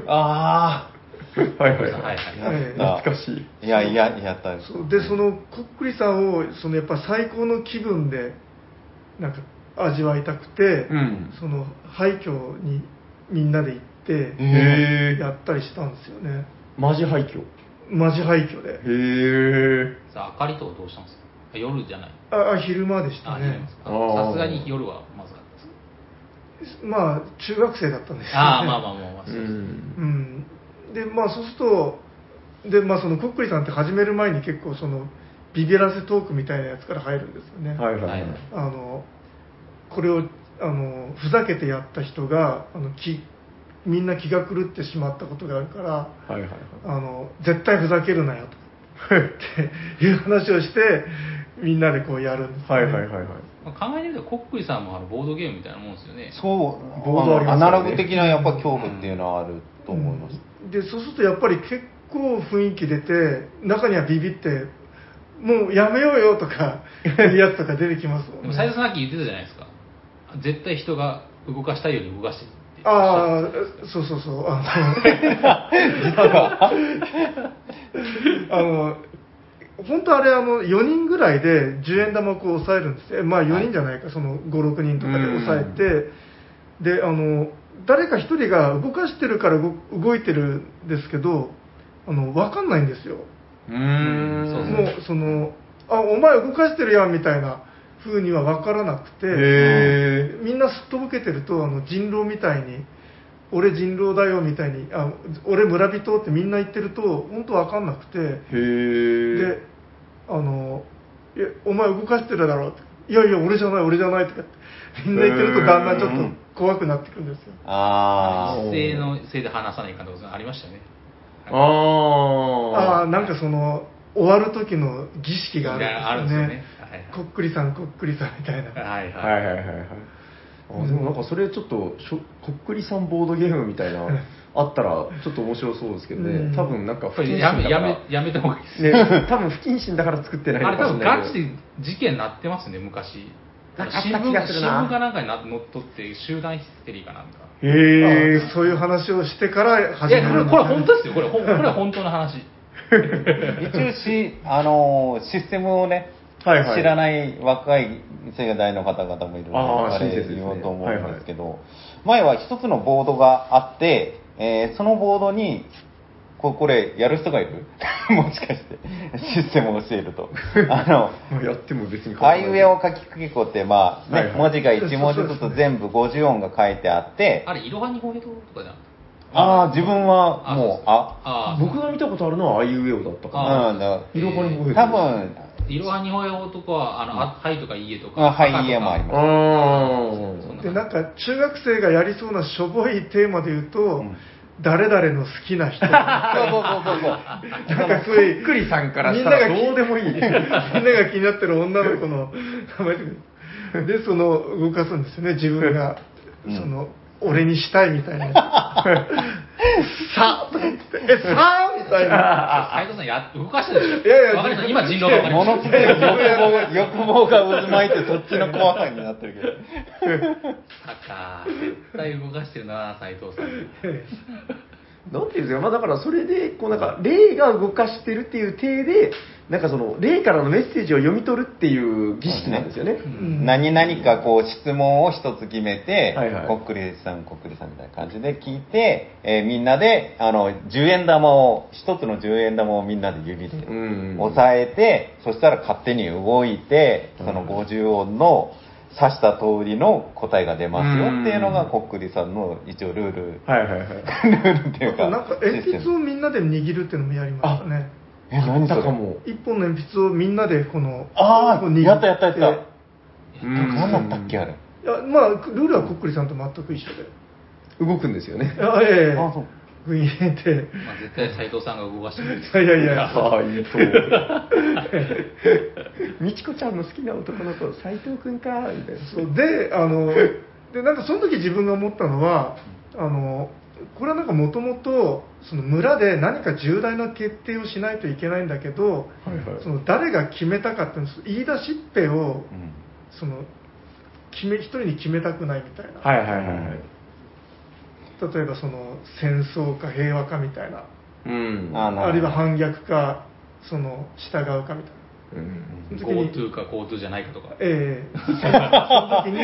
懐かしい。 やったです。 でそのこっくりさんをやっぱ最高の気分でなんか味わいたくて、その廃墟にみんなで行ってやったりしたんですよね。 マジ廃墟。 マジ廃墟で。 さあ明かりとかどうしたんですか？夜じゃない。 昼間でしたね。 さすがに夜はまずかったですか？ まあ中学生だったんですけどね。 まあそうですね。 でそうするとそのこっくりさんって始める前に結構ビビらせトークみたいなやつから入るんですよね。これをふざけてやった人がみんな気が狂ってしまったことがあるから、絶対ふざけるなよとっていう話をしてみんなでこうやるんですよね。 考えてみるとこっくりさんもボードゲームみたいなもんですよね。 そうアナログ的なやっぱ恐怖っていうのはあると思います。 でそうするとやっぱり結構雰囲気出て、中にはビビってもうやめようよとかいうやつとか出てきますもんね。 でも斉藤さんさっき言ってたじゃないですか。絶対人が動かしたいように動かしてるって。 ああ、そうそうそう。本当あれ4人ぐらいで10円玉をこう押さえるんですよ。まあ4人じゃないか、その5、6人とかで押さえて、で、誰か1人が動かしてるから動いてるんですけど、分かんないんですよ。もう、お前動かしてるやんみたいな風には分からなくて、みんなすっとぼけてると、人狼みたいに、俺人狼だよみたいに、俺村人ってみんな言ってると本当分かんなくて、でいやお前動かしてるだろって、いやいや俺じゃないとかってみんな言ってるとだんだんちょっと怖くなってくるんですよ。 一斉のせいで話さないかんってことありましたね。 なんか終わる時の儀式があるんですよね。こっくりさんみたいな。 でもなんかそれちょっとこっくりさんボードゲームみたいなあったらちょっと面白そうですけどね。多分なんか不謹慎だからやめた方がいいですね。多分不謹慎だから作ってないのかもしれない。あれ多分ガチで事件になってますね、昔。新聞かなんかに乗っ取って集団ヒステリーかなんか。 そういう話をしてから始めるんですね。 これ本当ですよ。これは本当の話。 一応システムをね、知らない若い世代の方々もいるので、あれ言おうと思うんですけど、前は一つのボードがあって、そのボードにこれやる人がいるもしかしてシステムを教えるとやっても別にあいうえを書きくけこって、文字が1文字ずつ全部50音が書いてあって、 あれいろはにほへととかじゃん。自分はもう僕が見たことあるのはあいうえおだったかな。 いろはにほへと多分いろはにほへとかははいとかいいえとかはいいえもあります。 でなんか中学生がやりそうなしょぼいテーマで言うと、誰々の好きな人。そう。 なんかこっくりさんからしたらどうでもいい。みんなが気になってる女の子の名前で動かすんですよね、自分が。俺にしたいみたいな。さとか言って、さみたいな。 斉藤さん動かしたでしょ。 いやわかりました。今人狼がわかりました。 ものすごい欲望が渦巻いてそっちの怖さになってるけど。 絶対動かしてるな、斉藤さん。 なんていうんですか、だからそれでなんか霊が動かしてるっていう体で、なんか霊からのメッセージを読み取るっていう儀式なんですよね。 何々か質問を一つ決めて、こっくりさんみたいな感じで聞いて、みんなで10円玉を一つの10円玉をみんなで指で押さえて、そしたら勝手に動いて、その50音の指した通りの答えが出ますよっていうのがこっくりさんの一応ルール。ルールっていうか。 なんか鉛筆をみんなで握るっていうのもやりましたね。 何それ。 一本の鉛筆をみんなでやった。何だったっけあれ。 ルールはこっくりさんと全く一緒で。 動くんですよね。 そう。グイーンって。 絶対斉藤さんが動かしてる。 いや。 みちこちゃんの好きな男の子、斉藤くんかみたいな。 そうで、なんかその時自分が思ったのは、これはなんかもともと村で何か重大な決定をしないといけないんだけど、誰が決めたかっていうの言い出しっぺを一人に決めたくないみたいな。例えば戦争か平和かみたいな、あるいは反逆か従うかみたいな。 GoTo か GoTo じゃないかとか。 その時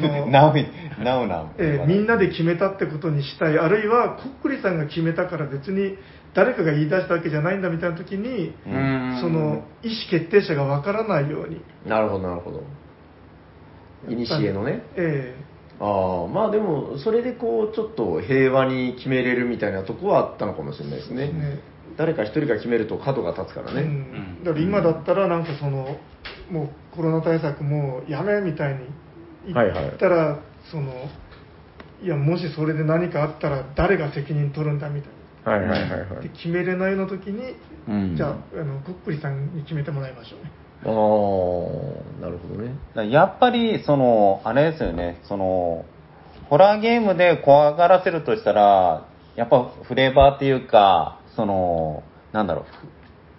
にみんなで決めたってことにしたい、あるいはこっくりさんが決めたから別に誰かが言い出したわけじゃないんだみたいな時に、意思決定者がわからないように。 なるほど。いにしえのね。でもそれでちょっと平和に決めれるみたいなとこはあったのかもしれないですね。誰か一人が決めると角が立つからね。 だから今だったらなんかもうコロナ対策もうやめみたいに言ったら、いやもしそれで何かあったら誰が責任取るんだみたいな。で決めれないの時に、じゃあこっくりさんに決めてもらいましょうね。 なるほどね。 やっぱりあれですよね、ホラーゲームで怖がらせるとしたらやっぱフレーバーっていうかなんだろう、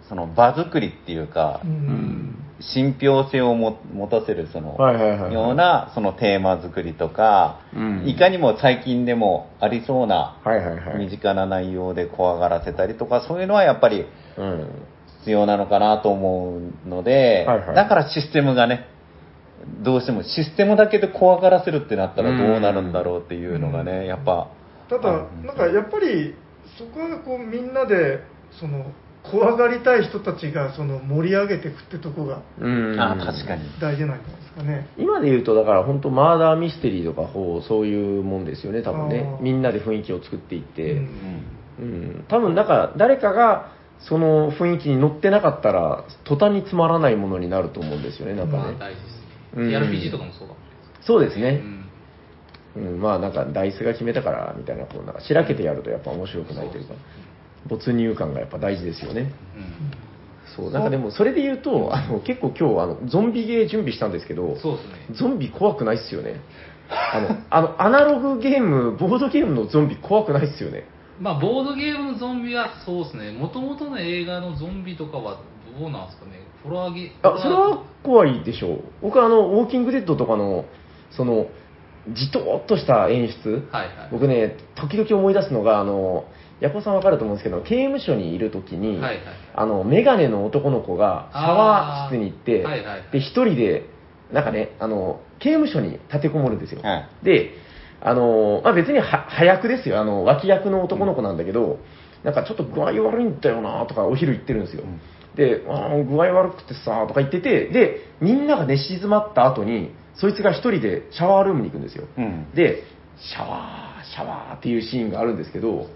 その場作りっていうか、信憑性を持たせるそのようなそのテーマ作りとか、いかにも最近でもありそうな身近な内容で怖がらせたりとか、そういうのはやっぱり必要なのかなと思うので、だからシステムがね、どうしてもシステムだけで怖がらせるってなったらどうなるんだろうっていうのがね、やっぱ。 ただなんかやっぱりそこはこうみんなでその怖がりたい人たちがその盛り上げていくってとこが確かに大事なんじゃないですかね。 今で言うとだから本当マーダーミステリーとかそういうもんですよね、多分ね。みんなで雰囲気を作っていって、多分なんか誰かがその雰囲気に乗ってなかったら途端につまらないものになると思うんですよね、なんかね。 大事ですね。TRPG とかもそうかも。 そうですね。まあなんかダイスが決めたからみたいな、こうなんかしらけてやるとやっぱ面白くないというか、没入感がやっぱ大事ですよね。そうなんかでもそれで言うと結構今日ゾンビゲー準備したんですけど、 そうですね、 ゾンビ怖くないっすよね。アナログゲーム、ボードゲームのゾンビ怖くないっすよね。 まあボードゲームのゾンビはそうですね。もともとの映画のゾンビとかはどうなんですかね。それは怖いでしょう。僕ウォーキングデッドとかのそのじとーっとした演出、僕ね時々思い出すのがヤコさん分かると思うんですけど、刑務所にいるときに、メガネの男の子がシャワー室に行って、で一人でなんかね刑務所に立てこもるんですよ。でまあ、別に早くですよ、脇役の男の子なんだけど、なんかちょっと具合悪いんだよなとかお昼言ってるんですよ。で具合悪くてさとか言ってて、でみんなが寝静まった後にそいつが一人でシャワールームに行くんですよ。でシャワーっていうシーンがあるんですけど、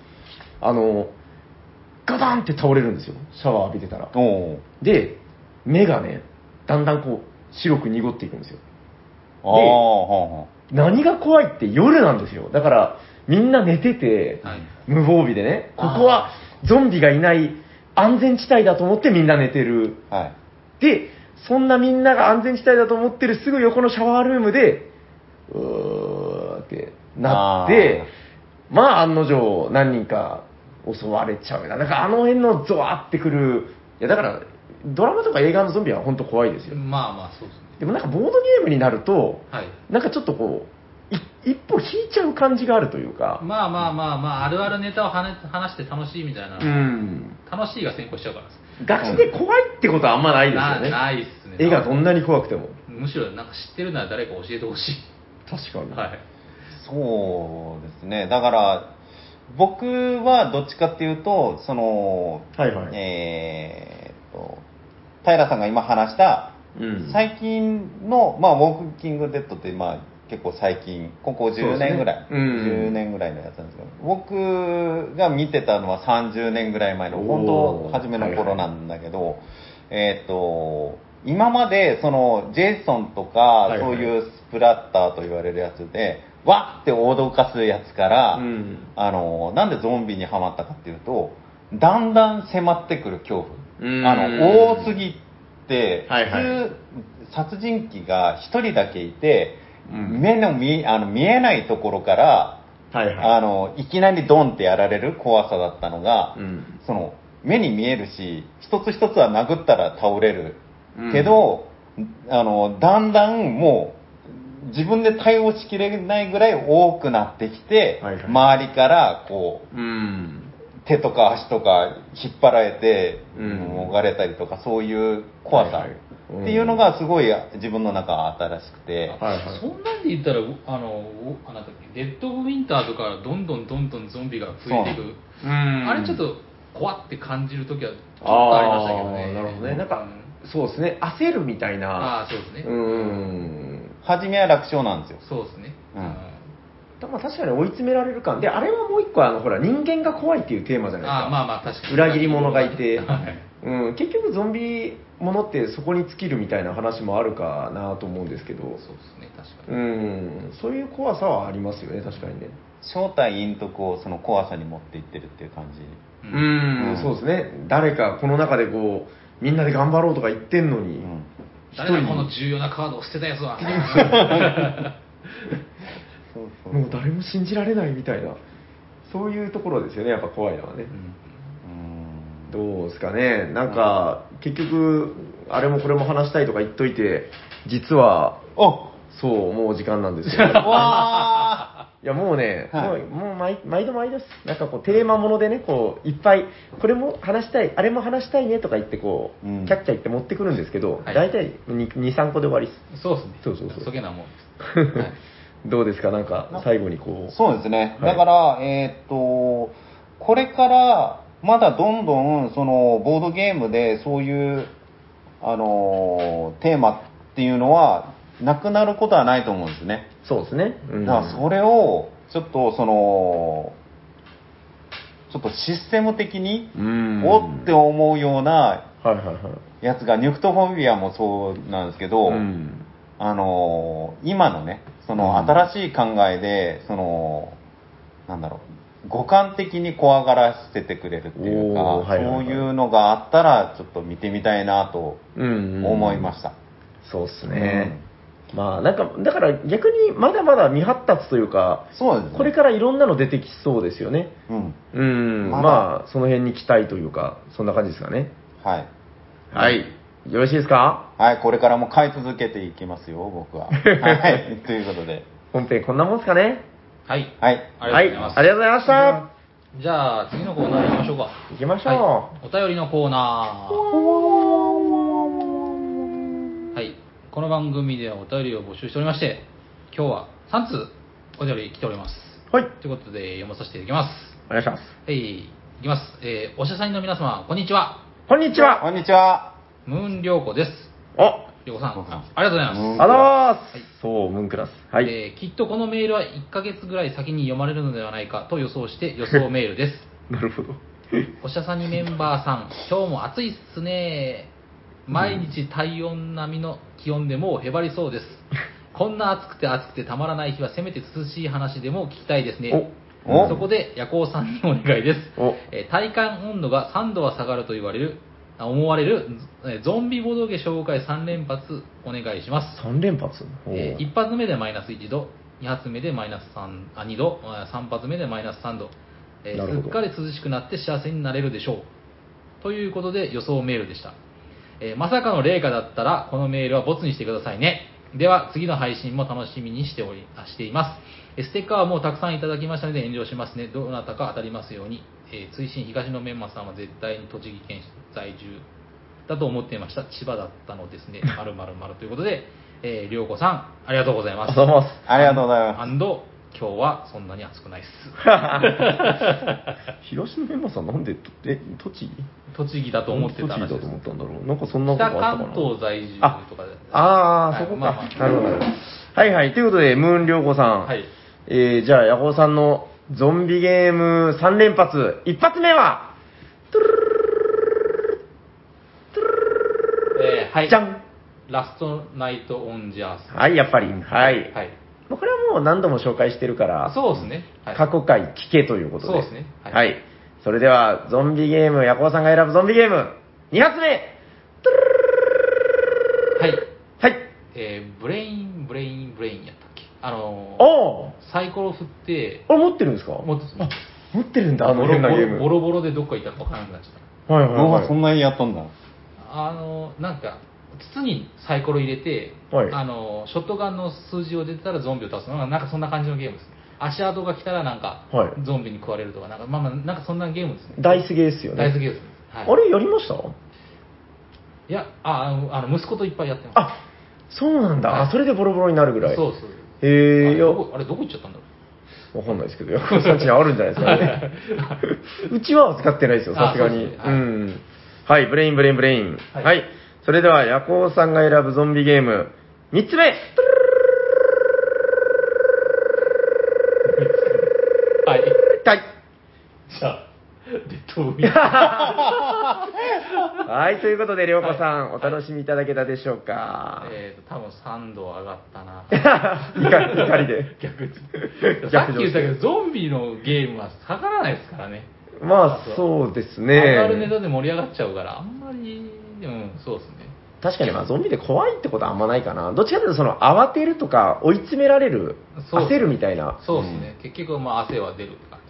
ガタンって倒れるんですよ、シャワー浴びてたら。で目がねだんだんこう白く濁っていくんですよ。で何が怖いって夜なんですよ。だからみんな寝てて、無防備でね、ここはゾンビがいない安全地帯だと思ってみんな寝てる。でそんなみんなが安全地帯だと思ってるすぐ横のシャワールームでうーってなって、まあ案の定何人か襲われちゃうな。なんか辺のゾワってくる。いやだからドラマとか映画のゾンビは本当怖いですよ。 まあまあそうですね。 でもなんかボードゲームになると、なんかちょっとこう一歩引いちゃう感じがあるというか。 まああるあるネタを話して楽しいみたいな、楽しいが先行しちゃうからです。 ガチで怖いってことはあんまないですよね。 ないっすね。 絵がどんなに怖くても。 むしろなんか知ってるなら誰か教えてほしい。 確かに。 そうですね。だから僕はどっちかっていうとその、平さんが今話した、最近の、まあ、ウォーキングデッドって、まあ、結構最近ここ10年ぐらい、10年ぐらいのやつなんですけど、僕が見てたのは30年ぐらい前の本当初めの頃なんだけど、今までそのジェイソンとか、そういうスプラッターと言われるやつでわって脅かすやつから、なんでゾンビにはまったかっていうと、だんだん迫ってくる恐怖、多すぎて、普通殺人鬼が1人だけいて、見えないところから、いきなりドンってやられる怖さだったのが、その目に見えるし、一つ一つは殴ったら倒れるけど、だんだんもう自分で対応しきれないぐらい多くなってきて、周りからこう、手とか足とか引っ張られて、もがれたりとか、そういう怖さっていうのがすごい自分の中新しくて、 そんなんで言ったらなんだっけ、デッド・オブ・ウィンターとかどんどんゾンビが増えていく、あれちょっと怖って感じる時はちょっとありましたけどね。 なるほどね。なんかそうですね、焦るみたいな。 そうですね。 初めは楽勝なんですよ。 そうですね。 まあ、確かに追い詰められる感で、あれはもう一個ほら人間が怖いっていうテーマじゃないですか。 確かに裏切り者がいて、結局ゾンビものってそこに尽きるみたいな話もあるかなと思うんですけど、 そうですね、確かに。 そういう怖さはありますよね、確かにね。 正体陰徳をその怖さに持っていってるっていう感じ。 そうですね。誰かこの中でこうみんなで頑張ろうとか言ってんのに、 誰がこの重要なカードを捨てたやつはもう誰も信じられないみたいな、そういうところですよね、やっぱ怖いのはね。 どうですかね。なんか、結局、あれもこれも話したいとか言っといて、実は、そう、もう時間なんですよ。 わいや、もうね、 はいもう毎度毎度です。なんかこう、テーマものでね、こう、いっぱい、これも話したい、あれも話したいねとか言って、こう、 うんキャッキャ言って持ってくるんですけど、 はい大体2、3個で終わりです。 そうですね。 そうそうそうそげなもんです。はいどうですか、なんか、最後にこう。 そうですね。 はいだから、これから、まだどんどん、その、ボードゲームで、そういう、テーマっていうのは、なくなることはないと思うんですね。 そうですね。うんだから、それを、ちょっと、その、ちょっとシステム的に、 うんおって思うようなはいはいはい。 やつが、ニュクトフォビアもそうなんですけど、 うん今のね、そのうん新しい考えで、その、なんだろう、五感的に怖がらせてくれるっていうか、 おーはいはいはいそういうのがあったら、ちょっと見てみたいなとうん思いました。 そうっすね。まあなんか、だから逆にまだまだ未発達というか、 そうですね。 これからいろんなの出てきそうですよね。 うん。 うん、 まだまあその辺に期待というか、そんな感じですかね。 はい。 はい。よろしいですか？ はい、これからも買い続けていきますよ、僕は。はい、ということで。 本編こんなもんすかね。 はい。 はい。 ありがとうございます。 はい、ありがとうございました。 じゃあ、次のコーナー行きましょうか。 行きましょう。 はい、お便りのコーナー。はい。この番組ではお便りを募集しておりまして、今日は3通お便り来ております。 はい。 ということで、読まさせていただきます。 お願いします。 はい。いきます。おしゃさんの皆様、こんにちは。 こんにちは。 こんにちは。 ムーンりょうこです。 お、 りょうこさん、ありがとうございます。 ムーンあらーす、 はいそう、ムーンクラス。はい。 きっとこのメールは1ヶ月ぐらい先に読まれるのではないかと予想して予想メールです。 なるほど。 おしゃさにメンバーさん、今日も暑いっすね。毎日体温並みの気温でもうへばりそうです。こんな暑くて暑くてたまらない日はせめて涼しい話でも聞きたいですね。 おそこで夜行さんにお願いです。 お体感温度が3度は下がると思われるゾンビボドゲ紹介3連発お願いします。 3連発 1発目でマイナス1度、2発目でマイナス2度、3発目でマイナス3度、 なるほどすっかり涼しくなって幸せになれるでしょうということで予想メールでした。まさかの冷夏だったらこのメールはボツにしてくださいね。では次の配信も楽しみにしています。ステッカーはもうたくさんいただきましたので遠慮しますね。どなたか当たりますように。追伸東のメンマさんは絶対に栃木県在住だと思っていました。千葉だったのですね。〇〇〇ということで、りょうこさんありがとうございます。 ありがとうございます。 ありがとうございます。 今日はそんなに暑くないっす。 東のメンバーさんなんで、栃木栃木だと思ってたらしいです。 栃木だと思ったんだろう。なんかそんなことあった北かな。 関東在住とかで。 そこか。 まあまあなるほど、なるほど。はいはい。ということで、ムーンりょうこさん。 はいじゃあ、ヤホーさんのゾンビゲーム3連発、一発目は、 はい。 じゃんラストナイトオンジャース。 はい、やっぱり。はい。 はい。 これはもう何度も紹介してるから、 そうですね。はい過去回聞けということで。 そうですねは。 はいいそれでは、ゾンビゲーム、ヤコウさんが選ぶゾンビゲーム、2発目はい。 はい。 ブレインやったっけおーサイコロ振って、 あれ持ってるんですか持ってますあ、持ってるんだ、あの変なゲーム。 ボロボロでどっか行ったか分からなくなっちゃった。 はいはいうはい。 わそんなにやったんだ。 なんか、筒にサイコロ入れて、 はいショットガンの数字を出てたらゾンビを倒すのが、なんかそんな感じのゲームですね。足跡が来たらなんか、 はいゾンビに食われるとか、なんか、まあまあ、なんかそんなゲームですね。 ダイスゲーですよね。 ダイスゲームですね。はい、 あれやりましたいや、息子といっぱいやってます。 あ、そうなんだ。あ、それでボロボロになるぐらい。 そうそう。 へえ、いや、 あれどこ行っちゃったんだろう。 わかんないですけど、ヤコウさんちにあるんじゃないですかね。うちは使ってないですよ、さすがに。 そうですねはいん。はい、ブレイン。 はいはい。それでは、ヤコウさんが選ぶゾンビゲーム、3つ目はい。 はい。 じゃあ、レッドウィン。 はい、ということで、りょうこさん、 はいお楽しみいただけたでしょうか。 多分3度上がったな。 怒りで。 逆に。さっき言ったけど、ゾンビのゲームは下がらないですからね。 まあ、そうですね。 上がるネタで盛り上がっちゃうから、あんまり、そうですね。 確かに、まあ、ゾンビで怖いってことはあんまないかな。どっちかというと、その、慌てるとか、追い詰められる、 そう焦るみたいな。 そうですね。結局、まあ、汗は出るって感じ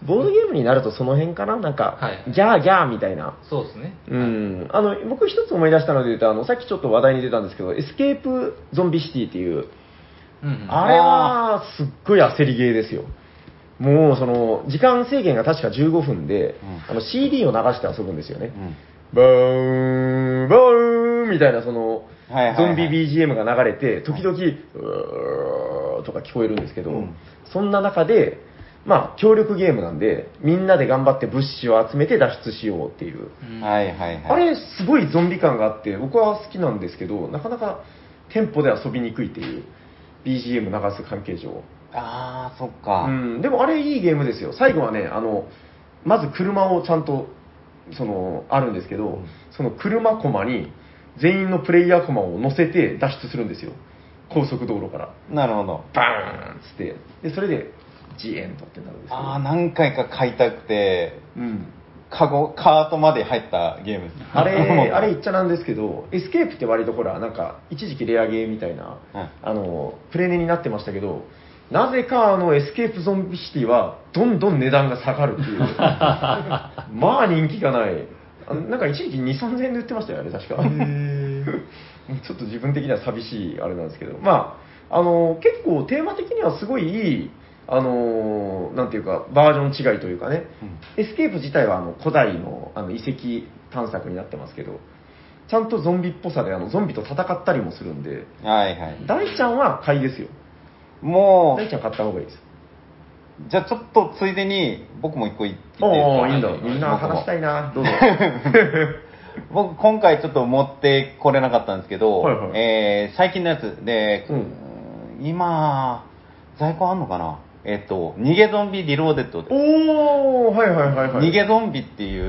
ボードゲームになるとその辺かな、なんか、 はい、 ギャーギャーみたいな。 そうですね。 うん。僕一つ思い出したので言うと、さっきちょっと話題に出たんですけど、エスケープゾンビシティっていう、あれはすっごい焦りゲーですよ。もう時間制限が確か15分で、CD を流して遊ぶんですよね。バーン、バーンみたいなゾンビ BGM が流れて、時々、うーとか聞こえるんですけど、そんな中で、まあ、協力ゲームなんで、みんなで頑張って物資を集めて脱出しようっていう。あれ、すごいゾンビ感があって、僕は好きなんですけど、なかなかテンポで遊びにくいっていう、BGM 流す関係上。 あー、そっか。 でもあれいいゲームですよ。最後はね、まず車をちゃんと、あるんですけど、その車コマに、全員のプレイヤーコマを乗せて脱出するんですよ。高速道路から。 なるほど。 バーンっつって。で、それで、ジエンドってなるんですよ。 何回か買いたくて、カートまで入ったゲームですね。 あれ言っちゃなんですけど、エスケープって割とほら、なんか、一時期レアゲーみたいな、プレネになってましたけど、なぜかエスケープゾンビシティは、どんどん値段が下がるっていう。まあ人気がない。なんか一時期2、3000円で売ってましたよね、確か。ちょっと自分的には寂しいあれなんですけど、まあ、結構テーマ的にはすごいいい、なんていうか、バージョン違いというかね、エスケープ自体は古代の遺跡探索になってますけど、ちゃんとゾンビっぽさでゾンビと戦ったりもするんで、大ちゃんは買いですよ。 もう、 大ちゃん買った方がいいです。 じゃあちょっとついでに僕も一個言っていいですか？ いいんだ。みんな話したいな。どうぞ。 僕今回ちょっと持ってこれなかったんですけど、最近のやつで、今在庫あんのかな？逃げゾンビリローデッドです。逃げゾンビっていう、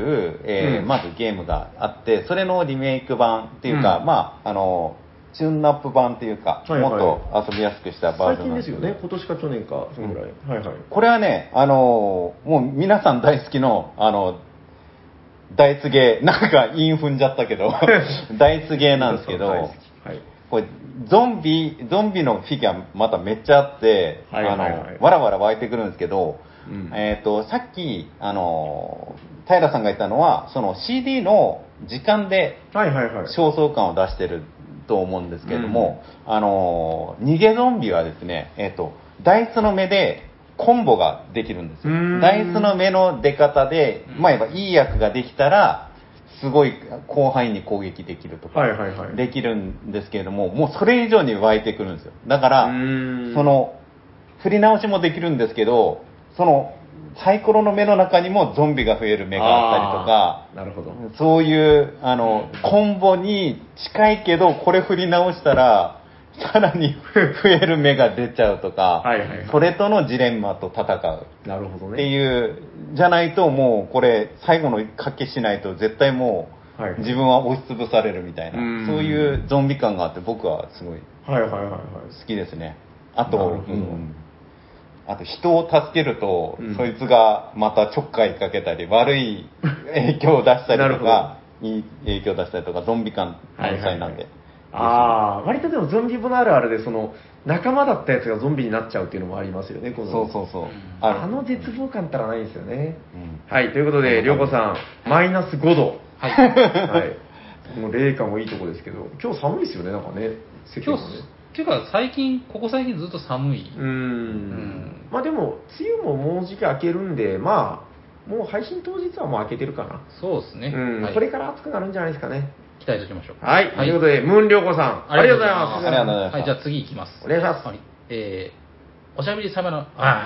まずゲームがあって、それのリメイク版っていうか、まあチューンナップ版っていうか、もっと遊びやすくしたバージョンなんです最近ですよね。今年か去年か、そのぐらい。 これはね、もう皆さん大好きの、ダイツゲー、なんか韻踏んじゃったけど、ダイツゲーなんですけど、これゾンビのフィギュアまためっちゃあって、わらわら湧いてくるんですけど、さっき、平さんが言ったのは、その CD の時間で焦燥感を出してると思うんですけれども、逃げゾンビはですね、ダイスの目でコンボができるんですよ。ダイスの目の出方で、まあ、いい役ができたら、すごい広範囲に攻撃できるとか、できるんですけれども、もうそれ以上に湧いてくるんですよ。だから、振り直しもできるんですけど、サイコロの目の中にもゾンビが増える目があったりとか、そういうコンボに近いけど、これ振り直したら、さらに増える目が出ちゃうとか、それとのジレンマと戦うっていう、じゃないともうこれ最後の賭けしないと絶対もう自分は押しつぶされるみたいな、そういうゾンビ感があって僕はすごい好きですね。あと人を助けると、そいつがまたちょっかいかけたり、悪い影響を出したりとか、いい影響を出したりとか、ゾンビ感満載なんで。 割とでもゾンビボナあるあるで、仲間だったやつがゾンビになっちゃうっていうのもありますよね、 そう。 絶望感ったらないですよね。はい、ということで、りょうこさん、マイナス5度。もう冷夏もいいとこですけど、今日寒いですよね、なんかね、 今日っていうか、ここ最近ずっと寒い。 まあでも、梅雨ももうじき明けるんで、まあ、もう配信当日はもう明けてるかな。 そうですね。 これから暑くなるんじゃないですかね。 期待しておきましょう。 はい。ということで、ムーンりょうこさん、ありがとうございます。 はい、 じゃあ次いきます。 お願いします。 おしゃべりサニワの、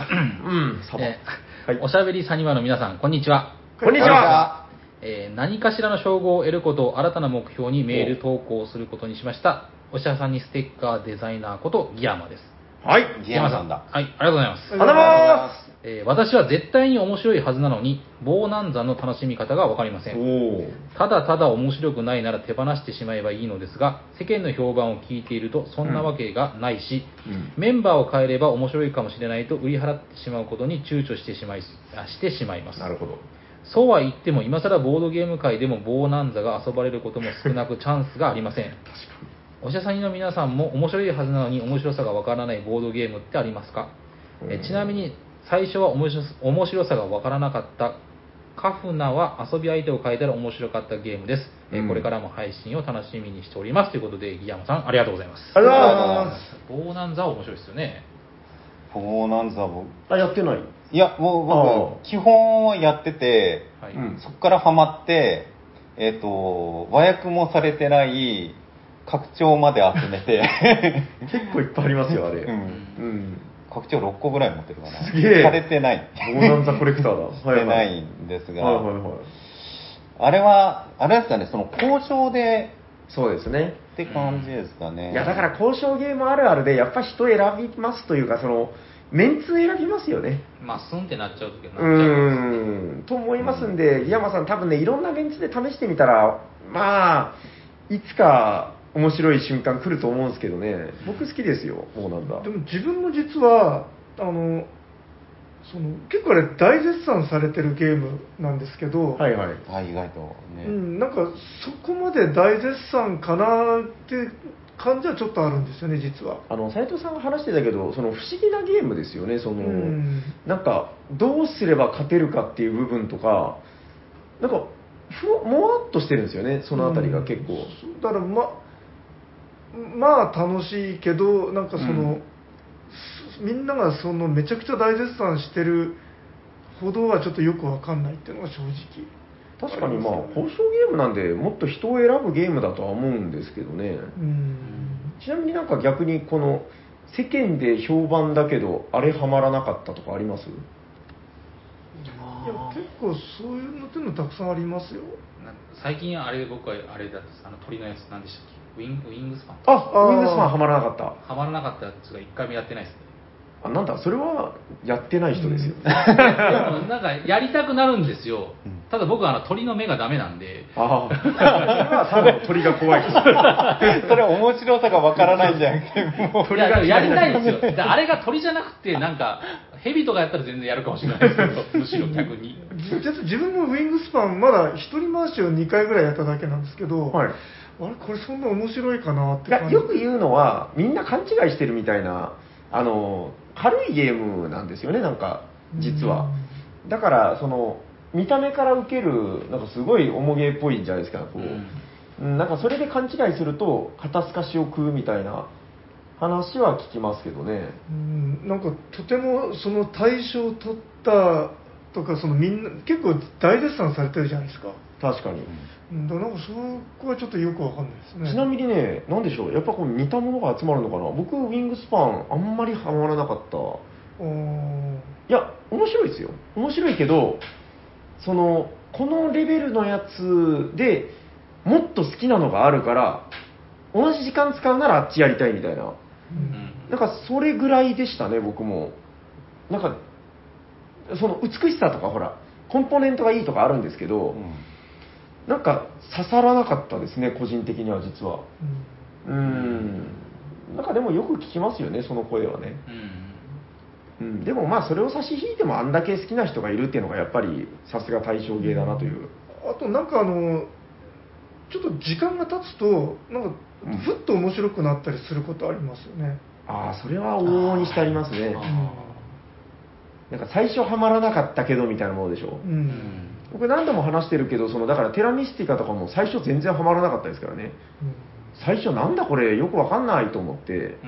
おしゃべりサニワの皆さん、こんにちは。 こんにちは。 何かしらの称号を得ることを新たな目標にメール投稿することにしました。おしゃさんにステッカーデザイナーことギヤマです。 はい、 ギヤマさんだ。 はい、ありがとうございます。 ありがとうございます。 私は絶対に面白いはずなのに、ボーナンザの楽しみ方が分かりません。ただただ面白くないなら手放してしまえばいいのですが、世間の評判を聞いているとそんなわけがないし、メンバーを変えれば面白いかもしれないと売り払ってしまうことに躊躇してしまいます。 なるほど。 そうは言っても、今更ボードゲーム界でもボーナンザが遊ばれることも少なくチャンスがありません。おしゃさんの皆さんも面白いはずなのに面白さがわからないボードゲームってありますか？ちなみに最初は面白さがわからなかったカフナは遊び相手を変えたら面白かったゲームです、これからも配信を楽しみにしておりますということで、ギヤマさんありがとうございます。 ありがとうございます。 ボーナンザは面白いですよね。 ボーナンザやってない？ いや、もう僕基本はやってて、はい、そこからハマって、和訳もされてない拡張まで集めて結構いっぱいありますよあれ。 拡張6個ぐらい持ってるかな。 すげえ。 されてない。 ボーナンザコレクターだ。 してないんですが、あれはあれですかね、その交渉で。 そうですね。 って感じですかね。 いやだから交渉ゲームあるあるでやっぱ人選びますというか、そのメンツ選びますよね。 まあスンってなっちゃう時はなっちゃうと思いますんで、井山さん多分ねいろんなメンツで試してみたらまあいつか面白い瞬間来ると思うんですけどね。僕好きですよ。もうなんだ。 でも自分も実はその結構あれ大絶賛されてるゲームなんですけど、 はいはい、意外とね、 なんかそこまで大絶賛かなって感じはちょっとあるんですよね、実は。 斉藤さんが話してたけど、その不思議なゲームですよね。その、なんかどうすれば勝てるかっていう部分とか、なんかもわっとしてるんですよね、そのあたりが結構。 だからまあ楽しいけど、なんかその、みんながそのめちゃくちゃ大絶賛してるほどはちょっとよくわかんないっていうのが正直。 確かにまあ交渉ゲームなんでもっと人を選ぶゲームだとは思うんですけどね。ちなみになんか逆にこの世間で評判だけどあれハマらなかったとかあります？いや結構そういうのっていうのたくさんありますよ。 最近あれ僕はあれだった鳥のやつ何でしたっけ？ウィングスパン。 ウィングスパンハマらなかった。 ハマらなかったやつが一回もやってないですね。 なんだそれはやってない人ですよ、 でもなんかやりたくなるんですよ、ただ僕は鳥の目がダメなんで。 それはただ鳥が怖い人それは面白さがわからないんじゃなくて鳥がやりたいんですよ。あれが鳥じゃなくてなんか蛇とかやったら全然やるかもしれないですけどむしろ逆に自分もウィングスパンまだ一人回しを2回ぐらいやっただけなんですけど、あれこれそんな面白いかなって感じ。 よく言うのはみんな勘違いしてるみたいな軽いゲームなんですよね、なんか実は。だからその見た目から受けるなんかすごい重げっぽいんじゃないですか。なんかそれで勘違いすると肩透かしを食うみたいな話は聞きますけどね。 なんかとてもその大賞を取ったとか、そのみんな結構大絶賛されてるじゃないですか。 確かに。 だからなんかそこはちょっとよくわかんないですね。 ちなみにね、なんでしょう、やっぱこう似たものが集まるのかな。僕ウィングスパンあんまりハマらなかった。いや面白いですよ。面白いけど、このレベルのやつでもっと好きなのがあるから同じ時間使うならあっちやりたいみたいな、なんかそれぐらいでしたね。僕もなんかその美しさとかほらコンポーネントがいいとかあるんですけど、なんか刺さらなかったですね、個人的には実は。なんかでもよく聞きますよね、その声はね。でもまあそれを差し引いてもあんだけ好きな人がいるっていうのがやっぱりさすが大賞芸だなという。 あとなんかちょっと時間が経つとなんかふっと面白くなったりすることありますよね。 それは往々にしてありますね。なんか最初ハマらなかったけどみたいなものでしょ。僕何度も話してるけど、だからテラミスティカとかも最初全然ハマらなかったですからね。最初なんだこれよくわかんないと思って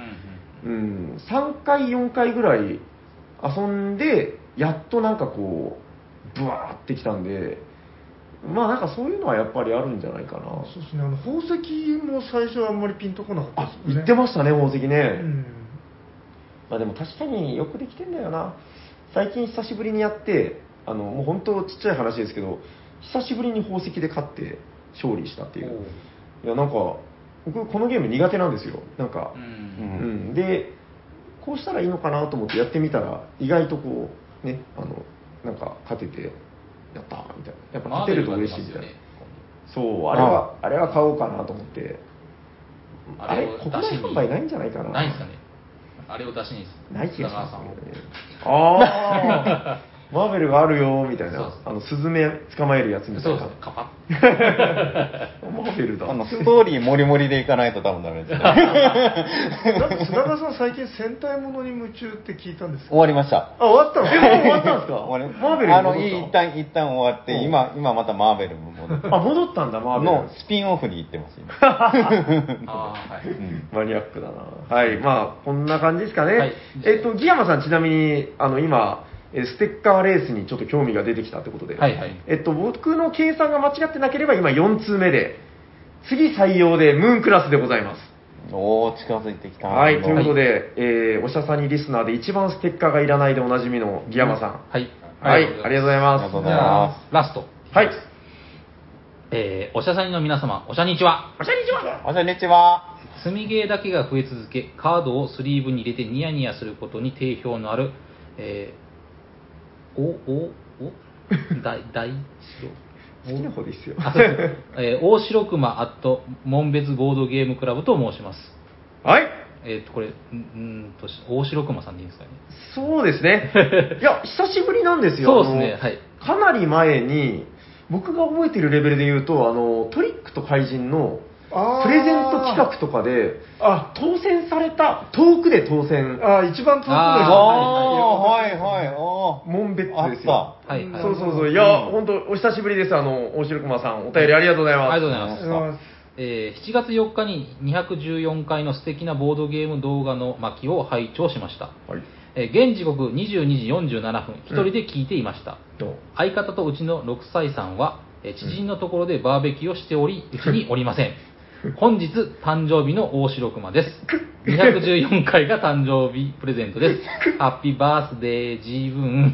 、3回4回ぐらい遊んでやっとなんかこうブワーってきたんで、まあなんかそういうのはやっぱりあるんじゃないかな。 そうですね。宝石も最初はあんまりピンとこなかったですね。 言ってましたね、宝石ね。まあでも確かによくできてんだよな。最近久しぶりにやってもう本当ちっちゃい話ですけど、久しぶりに宝石で勝って勝利したっていう。いやなんか僕このゲーム苦手なんですよ。なんか、でこうしたらいいのかなと思ってやってみたら意外とこうねなんか勝ててやったみたいな。やっぱ勝てると嬉しいみたいな。そうあれは買おうかなと思って。あれ国内販売ないんじゃないかな。 ないんですかね。あれを出しにない気がしますね。 マーベルがあるよみたいな、 そうスズメ捕まえるやつみたいな。 そうカパマーベルだ。 ストーリーもりもりでいかないと多分ダメですね。 須田川さん最近戦隊ものに夢中って聞いたんですか？ 終わりました。 あ、終わったの？ もう終わったんですか？ 終わりマーベルに戻った一旦終わって、今またマーベルも戻って。 戻ったんだ、マーベル。 のスピンオフに行ってます、今。 はい、 マニアックだな。はい、まあ、こんな感じですかね。 はい、 ギヤマさん、ちなみに、今、ステッカーレースにちょっと興味が出てきたってことで、 はいはい、 僕の計算が間違ってなければ、今4通目で、次採用でムーンクラスでございます。 おー、近づいてきた。 はい、ということで、おしゃさにリスナーで一番ステッカーがいらないでおなじみのギヤマさん。 はい、 はい、ありがとうございます。 ありがとうございます。 ラスト。 はい。 おしゃさにの皆様、おしゃにちは。 おしゃにちは。 こんにちは。 積みゲーだけが増え続け、カードをスリーブに入れてニヤニヤすることに定評のある、大城。 好きな方でいいっすよ。 大城熊門別ボードゲームクラブと申します。 はい。 これ、大城熊さんでいいんですかね。 そうですね。いや、久しぶりなんですよ。 そうですね、はい。 かなり前に、僕が覚えてるレベルで言うと、トリックと怪人のプレゼント企画とかで、当選された、遠くで当選。 一番遠くの人。 はい。 門別ですよ。 はい。 そう。いや、本当お久しぶりです。大城熊さん、お便りありがとうございます。 ありがとうございます。7月4日に214回の素敵なボードゲーム動画の巻を拝聴しました。 はい。 現時刻22時47分、一人で聞いていました。相方とうちの6歳さんは、知人のところでバーベキューをしており、うちにおりません。本日、誕生日の大城熊です。214回が誕生日プレゼントです。ハッピーバースデー、自分。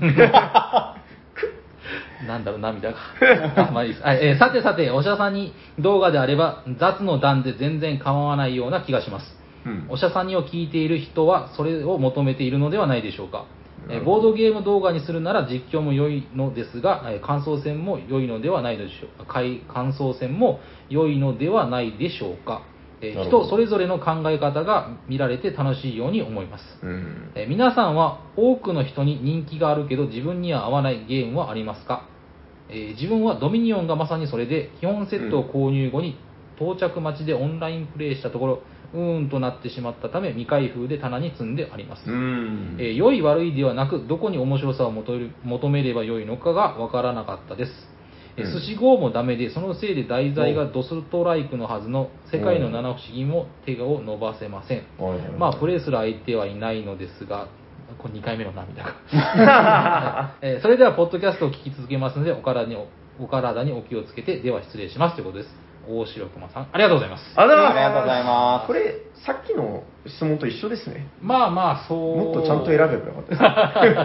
なんだろう、涙が。まあいいです。さて、おしゃさんに動画であれば、雑の段で全然構わないような気がします。おしゃさんにを聞いている人は、それを求めているのではないでしょうか。ボードゲーム動画にするなら実況も良いのですが、感想戦も良いのではないでしょうか。感想戦も良いのではないでしょうか。人それぞれの考え方が見られて楽しいように思います。皆さんは多くの人に人気があるけど自分には合わないゲームはありますか？自分はドミニオンがまさにそれで、基本セットを購入後に到着待ちでオンラインプレイしたところ、となってしまったため未開封で棚に積んであります。良い悪いではなく、どこに面白さを求めればよいのかがわからなかったです。寿司号もダメで、そのせいで題材がドストライクのはずの世界の七不思議も手を伸ばせません。まあプレイする相手はいないのですが、これ2回目の涙が、それではポッドキャストを聞き続けますので、お体にお気をつけて、では失礼しますということです。大城熊さん、ありがとうございます。 ありがとうございます。 これ、さっきの質問と一緒ですね。 まあ、そう。 もっとちゃんと選べばよかったです。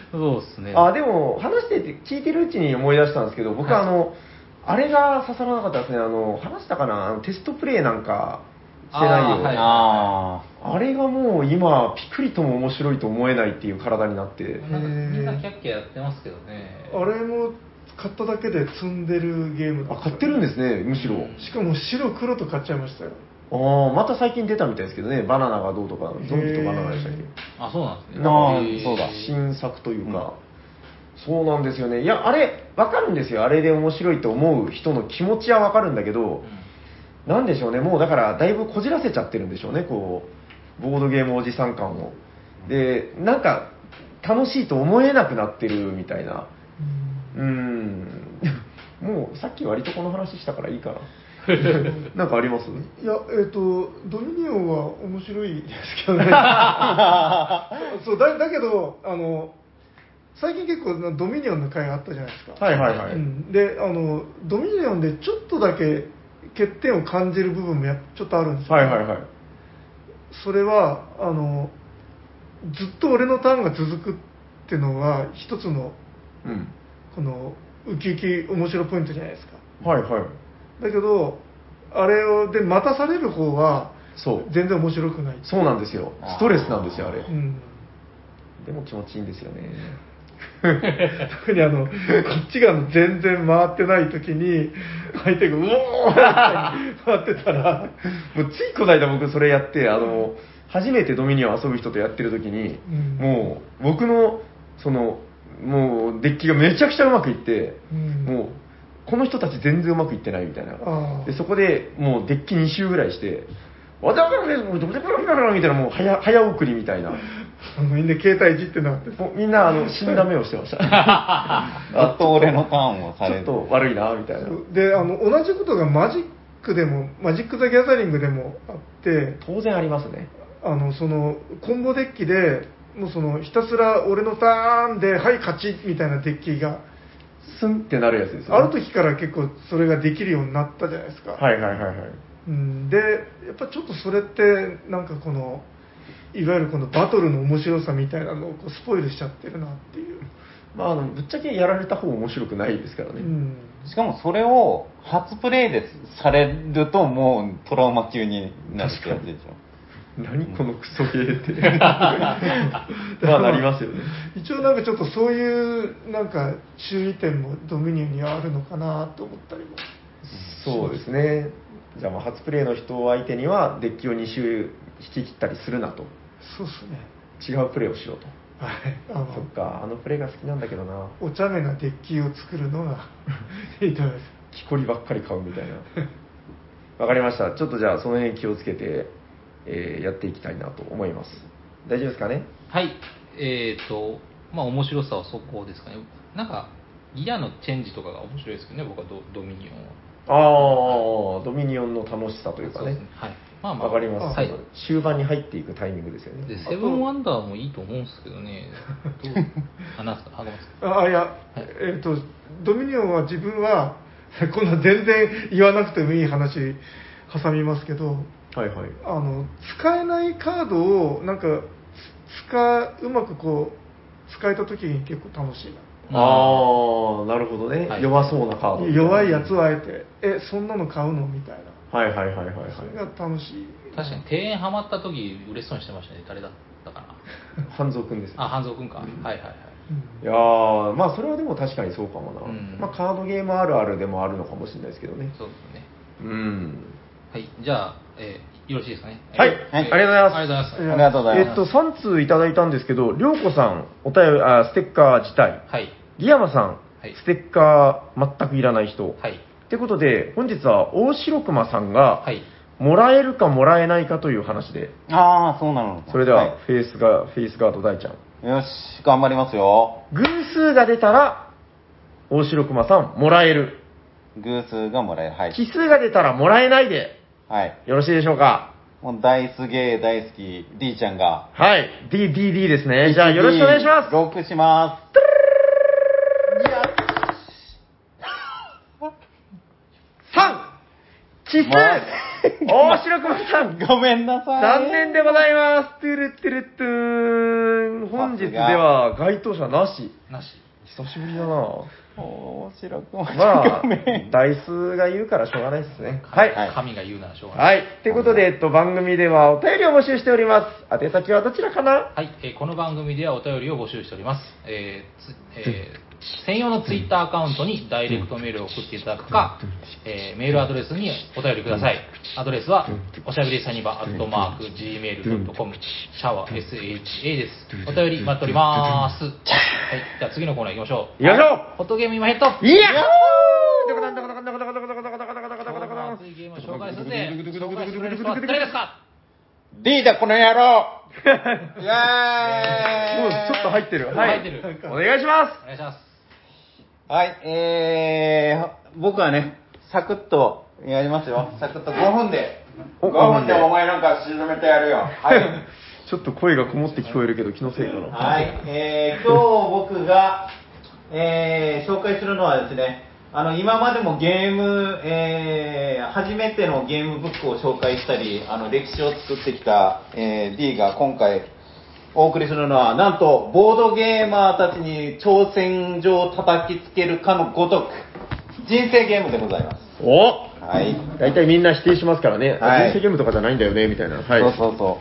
そうですね。 でも、話してて、聞いてるうちに思い出したんですけど、僕はあれが刺さらなかったですね。話したかな、テストプレイなんかしてないよ。あれがもう今、ピクリとも面白いと思えないっていう体になって。 みんなキャッキャやってますけどね。 あれも買っただけで積んでるゲームだった。 買ってるんですね、むしろ。 しかも白黒と買っちゃいましたよ。 また最近出たみたいですけどね、バナナがどうとか、ゾンビとバナナでしたっけ。 そうなんですね。 そうだ。新作というか、そうなんですよね。いや、あれ、わかるんですよ。あれで面白いと思う人の気持ちはわかるんだけど、なんでしょうね、もうだから、だいぶこじらせちゃってるんでしょうね、こう、ボードゲームおじさん感を。で、なんか、楽しいと思えなくなってるみたいな。もうさっき割とこの話したからいいかな。なんかあります？ いや、ドミニオンは面白いですけどね。そうだけど、最近結構ドミニオンの回あったじゃないですか。で、ドミニオンでちょっとだけ欠点を感じる部分もちょっとあるんですよ。それは、ずっと俺のターンが続くっていうのは、一つの、この、ウキウキ面白ポイントじゃないですか。だけど、あれをで待たされる方は全然面白くない。 そうなんですよ。ストレスなんですよ、あれ。でも気持ちいいんですよね。 特にこっちが全然回ってない時に相手がうおーって回ってたら、 もうついこの間僕それやって、初めてドミニオン遊ぶ人とやってる時に、もう僕のそのもうデッキがめちゃくちゃうまくいって、もうこの人たち全然うまくいってないみたいな。でそこでもうデッキ2周ぐらいして、わざわざもうどこでプラプラプラみたいな、もう早送りみたいな。 みんな携帯いじってなって、 もうみんな死んだ目をしてました。 あっと俺のターンをされる。 ちょっと悪いなみたいな。 で同じことがマジックでもマジック・ザ・ギャザリングでもあって、 当然ありますね。 そのコンボデッキでもうそのひたすら俺のターンではい勝ちみたいなデッキがスンってなるやつですよね。ある時から結構それができるようになったじゃないですか。 はいはいはいはい。 でやっぱちょっとそれってなんかこのいわゆるこのバトルの面白さみたいなのをこうスポイルしちゃってるなっていう。 まあぶっちゃけやられた方面白くないですからね。 しかもそれを初プレイでされるともうトラウマ級になるってやつでしょ。 何このクソゲーってまあなりますよね。 一応なんかちょっとそういうなんか注意点もドミニオンにはあるのかなと思ったりも。 そうですね。じゃあ初プレイの人相手にはデッキを2周引き切ったりするなと。 そうですね。 違うプレイをしろと。 はい。 そっか、プレイが好きなんだけどな。 お茶目なデッキを作るのがいいと思います。 木こりばっかり買うみたいな。わかりました。ちょっとじゃあその辺気をつけて、やっていきたいなと思います。大丈夫ですかね。 はい。まあ面白さはそこですかね。なんかギアのチェンジとかが面白いですけどね、僕はドミニオンは。 ドミニオンの楽しさというかね。 はい。まあまあ。 わかります、 はい。 終盤に入っていくタイミングですよね。 で、セブンワンダーもいいと思うんですけどね。なんすか、 いや、ドミニオンは自分は、こんな全然言わなくてもいい話挟みますけど、 はいはい。 使えないカードを、なんか、うまくこう、使えた時に結構楽しいな。 なるほどね、はい、弱そうなカード。 弱いやつをあえて、そんなの買うのみたいな。 はいはいはいはい、はい。 それが楽しい。 確かに、庭園ハマった時、嬉しそうにしてましたね。誰だったかな。 半蔵くんです、ね。 半蔵くんか。はいはいはい。 いやまあそれはでも確かにそうかもな。まあカードゲームあるあるでもあるのかもしれないですけどね。 そうですね。 はい、 じゃあ、よろしいですかね。 はい、ありがとうございます。 ありがとうございます。 3通いただいたんですけど、りょうこさん、ステッカー自体。 はい。 ギヤマさん、はい、ステッカー全くいらない人。 はい。 ってことで、本日は大城熊さんが、 はい。 もらえるかもらえないかという話で。 そうなの。 それでは、はい、フェイスガード大ちゃん。 よし、頑張りますよ。 偶数が出たら、大城熊さん、もらえる。 偶数がもらえる。はい。 奇数が出たらもらえないで。 はい。 よろしいでしょうか。 もう大好き、大好き、D ちゃんが。 はい。D ですね。じゃあ、よろしくお願いします。 ロックします。 3! 奇数、大城熊さん。 ごめんなさい。 残念でございます。トゥルトゥルトゥーン。本日では該当者なし。久しぶりだな。 大城熊さん。 まあ、ダイスが言うからしょうがないですね。はい。 神が言うならしょうがない。 はい。ということで、番組ではお便りを募集しております。宛先はどちらかな。 はい。この番組ではお便りを募集しております。専用のツイッターアカウントにダイレクトメールを送っていただくか、メールアドレスにお便りください。アドレスは、おしゃべりサニバ@gmail.com、シャワー SHA です。お便り待っております。はい。じゃあ次のコーナー行きましょう。 よいしょ。 ホットゲーム今ヘッド。 いや熱いゲームを紹介するぜ。紹介してくれる人は誰ですか？ D だ、この野郎。イェーイ。 もうちょっと入ってる。 はい。入ってる。 お願いします。 お願いします。 はい、僕はね、サクッとやりますよ。サクッと5分で。5分でお前なんか沈めてやるよ。はい。 ちょっと声がこもって聞こえるけど気のせいかな。 はい。今日僕が、紹介するのはですね、今までもゲーム、初めてのゲームブックを紹介したり、歴史を作ってきた、D が今回お送りするのは、なんと、ボードゲーマーたちに挑戦状を叩きつけるかのごとく、人生ゲームでございます。はい。 大体みんな否定しますからね。はい、人生ゲームとかじゃないんだよね、みたいな。はい。 そう。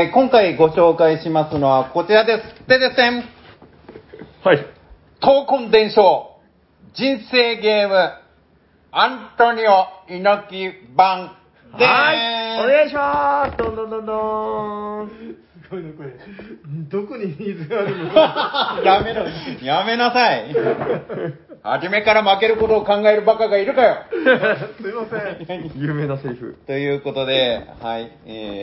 今回ご紹介しますのはこちらです。でですね。 はい。 闘魂伝承。人生ゲーム、アントニオ猪木版でーす。 はい、お願いします。どんどん。 ごめんなこれ、どこにニーズがあるのやめろ、やめなさい。初めから負けることを考えるバカがいるかよ。 すいません。 有名なセリフ。 ということで、はい、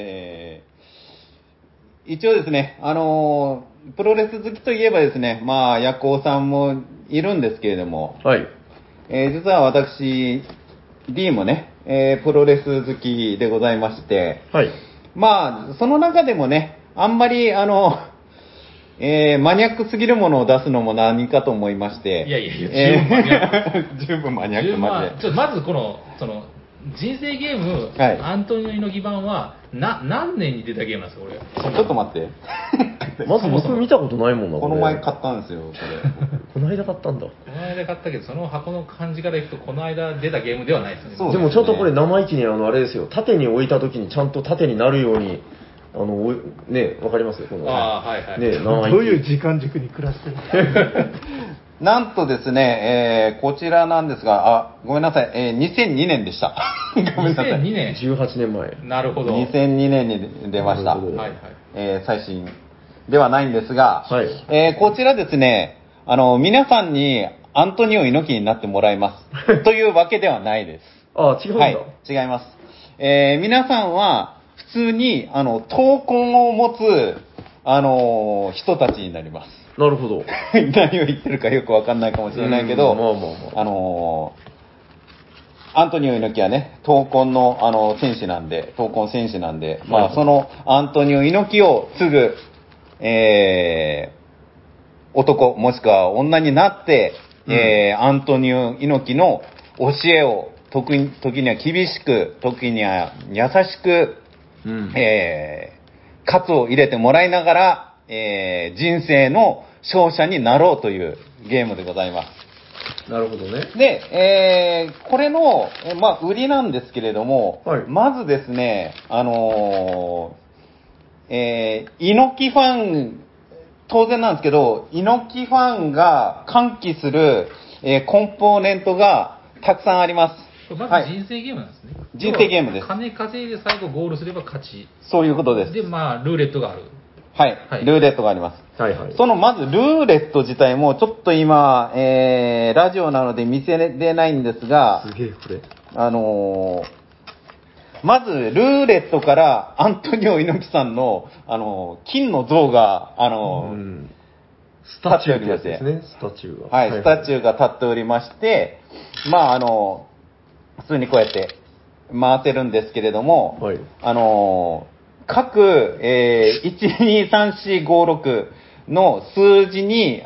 一応ですね、プロレス好きといえばですね、まあ、ヤコウさんもいるんですけれども、 はい。 実は私、D もね、プロレス好きでございまして、 はい。 まあ、その中でもね、あんまり、マニアックすぎるものを出すのも何かと思いまして、 いやいやいや、 十分マニアックまで。 まずこの、人生ゲーム、 はい、 アントニオ猪木版は、何年に出たゲームなんですか、これ。 ちょっと待って。 まず僕見たことないもんな、 この前買ったんですよ、これ。 この間買ったんだ。 この間買ったけど、その箱の感じからいくと、この間出たゲームではないですね。 そうですね。でもちゃんとこれ生意気にあれですよ、縦に置いた時にちゃんと縦になるように、ね、わかりますよ、この。 はいはい。 ね、生意気。 どういう時間軸に暮らしてるなんとですね、こちらなんですが、ごめんなさい、2002年でした。ごめんなさい。 2002年。 18年前。 なるほど。 2002年に出ました。 はいはい。 最新ではないんですが、 はい、 こちらですね、皆さんにアントニオ猪木になってもらいます。というわけではないです。 あ、違うんだ。 はい、違います。皆さんは普通に、闘魂を持つ、人たちになります。 なるほど。 何を言ってるかよくわかんないかもしれないけど、アントニオ猪木はね、闘魂の戦士なんで、闘魂戦士なんで、まあそのアントニオ猪木を継ぐ、男もしくは女になって、アントニオ猪木の教えを時には厳しく、時には優しく、喝を入れてもらいながら、人生の勝者になろうというゲームでございます。 なるほどね。 で、これの、まあ、売りなんですけれども、 はい、 まずですね、猪木ファン、当然なんですけど、猪木ファンが喚起する、コンポーネントがたくさんあります。 まず人生ゲームなんですね。 人生ゲームです。 金稼いで最後ゴールすれば勝ち。 そういうことです。 で、まあ、ルーレットがある。 はい。はい、ルーレットがあります。 はいはい。 その、まず、ルーレット自体も、ちょっと今、ラジオなので見せれないんですが、 すげえ、これ。 まず、ルーレットから、アントニオ猪木さんの、金の像が、 スタチューですね、スタチューが。 はい、スタチューが立っておりまして、まあ、普通にこうやって回せるんですけれども、 はい、 各、123456の数字に、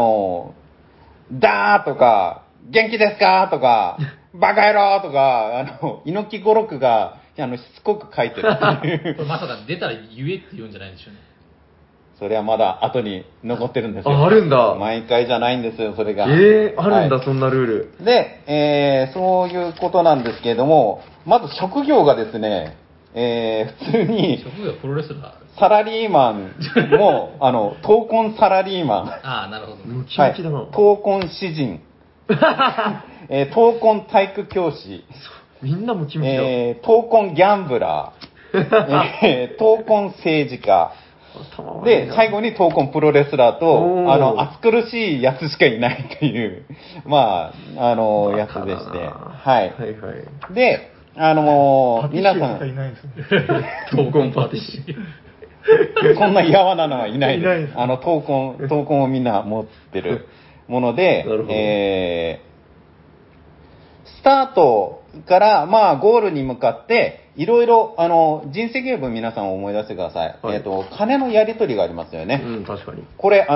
ダーとか、元気ですかとか、バカ野郎とか、猪木語録が、しつこく書いてるっていう。 これまさか出たら言えって言うんじゃないんでしょうね。 それはまだ後に残ってるんですよ。 あるんだ。 毎回じゃないんですよ、それが。 あるんだ、はい、そんなルール。 で、そういうことなんですけれども、まず職業がですね、普通に、 職業プロレスラーサラリーマンも、闘魂サラリーマン。 ああ、なるほど。 ムキムキだな。 闘魂詩人。闘魂体育教師。 みんなムキムキだ。 闘魂ギャンブラー。闘魂政治家。で、最後に闘魂プロレスラーと、暑苦しいやつしかいないっていう、まあ、やつでして。はい。で、皆さん、 闘魂パティシエ。 そんなやわなのはいないです。闘魂をみんな持ってるもので、スタートから、まあ、ゴールに向かって、いろいろ、人生ゲーム皆さん思い出してください。はい、金のやり取りがありますよね。 うん、確かに。 これ、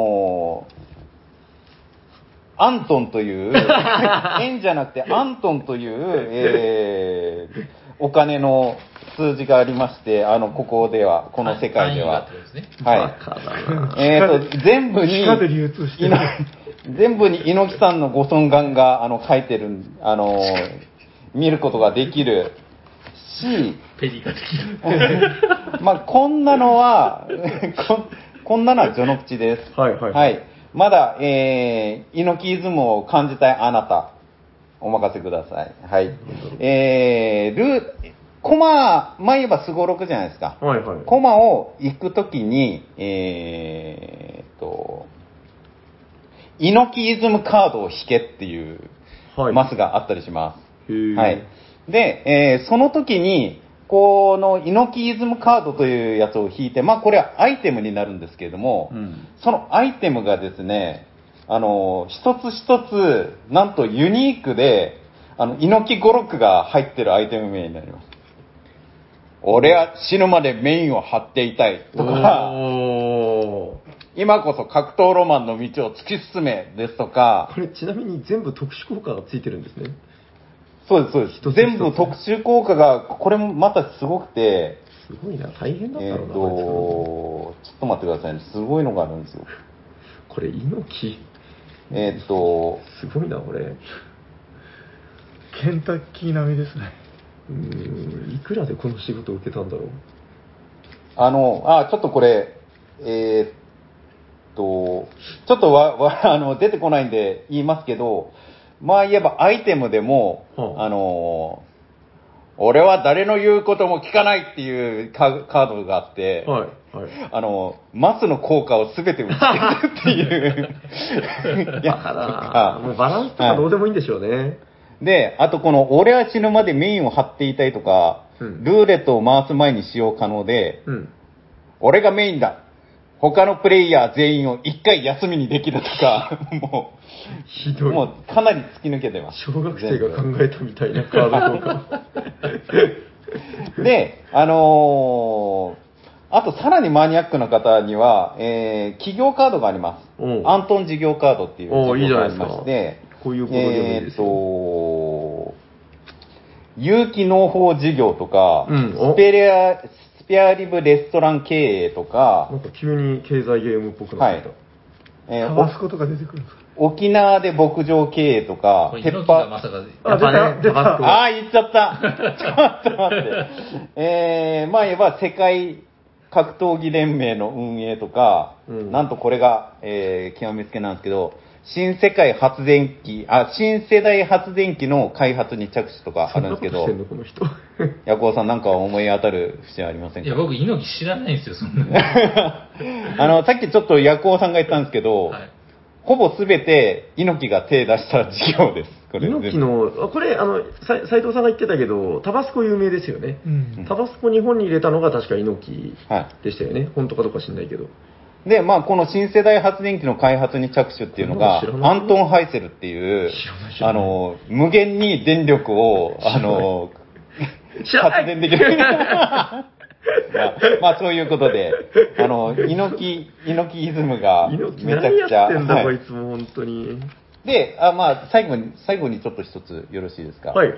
アントンという、円じゃなくてアントンという、お金の数字がありまして、ここでは、この世界では。はい。全部に、全部に猪木さんのご尊顔が、書いてる、見ることができるし、 ペリができる。 まあ、こんなのは、こんなのは序の口です。 はいはい。 はい。まだ、猪木イズムを感じたいあなた、お任せください。はい。 駒、言えばすごろくじゃないですか。 はいはい。 駒を行くときに、猪木イズムカードを引けっていうマスがあったりします。はい。で、その時に、この猪木イズムカードというやつを引いて、これはアイテムになるんですけれども、そのアイテムがですね、一つ一つ、なんとユニークで、猪木語録が入ってるアイテム名になります。俺は死ぬまでメインを張っていたいとか、今こそ格闘ロマンの道を突き進めですとか、 これちなみに全部特殊効果がついてるんですね。 そうです、そうです。全部特殊効果が、これもまたすごくて、 すごいな、大変だったろうな。 ちょっと待ってくださいね、すごいのがあるんですよ。 これ、猪木。すごいな、これ。 ケンタッキー並みですね。 いくらでこの仕事を受けたんだろう。 ちょっとこれ、ちょっと出てこないんで言いますけど、言えばアイテムでも、俺は誰の言うことも聞かないっていうカードがあって、マスの効果を全て打ち消すっていうやつとか。 もうバランスとかどうでもいいんでしょうね。 で、あとこの俺は死ぬまでメインを張っていたいとか、ルーレットを回す前に使用可能で、俺がメインだ。他のプレイヤー全員を一回休みにできるとか、もう、 ひどい。 もうかなり突き抜けてます。 小学生が考えたみたいなカード効果。 で、あとさらにマニアックな方には、企業カードがあります。アントン事業カードっていう事業がありまして、 こういうことでもいいですよ。 有機農法事業とか、スペアリブレストラン経営とか、 なんか急に経済ゲームっぽくなってきた。 タバスコとか出てくるんですか？ 沖縄で牧場経営とか、 ペッパー。まさか出た。 言っちゃった。ちょっと待って。言えば世界格闘技連盟の運営とか、なんとこれが、極めつけなんですけど、新世代発電機の開発に着手とかあるんですけど、ヤコウさんなんか思い当たる節ありませんか？ いや、僕、猪木知らないんですよ、そんなさっきちょっとヤコウさんが言ったんですけど、ほぼすべて猪木が手出した事業です。 これ猪木の、これ、斉藤さんが言ってたけど、タバスコ有名ですよね。タバスコ日本に入れたのが確か猪木でしたよね。本当かどうか知んないけど。 で、この新世代発電機の開発に着手っていうのが、アントン・ハイセルっていう、無限に電力を、発電できる。そういうことで、猪木イズムがめちゃくちゃ。 何やってんだ、こいつも本当に。 で、最後にちょっと一つよろしいですか？ はい。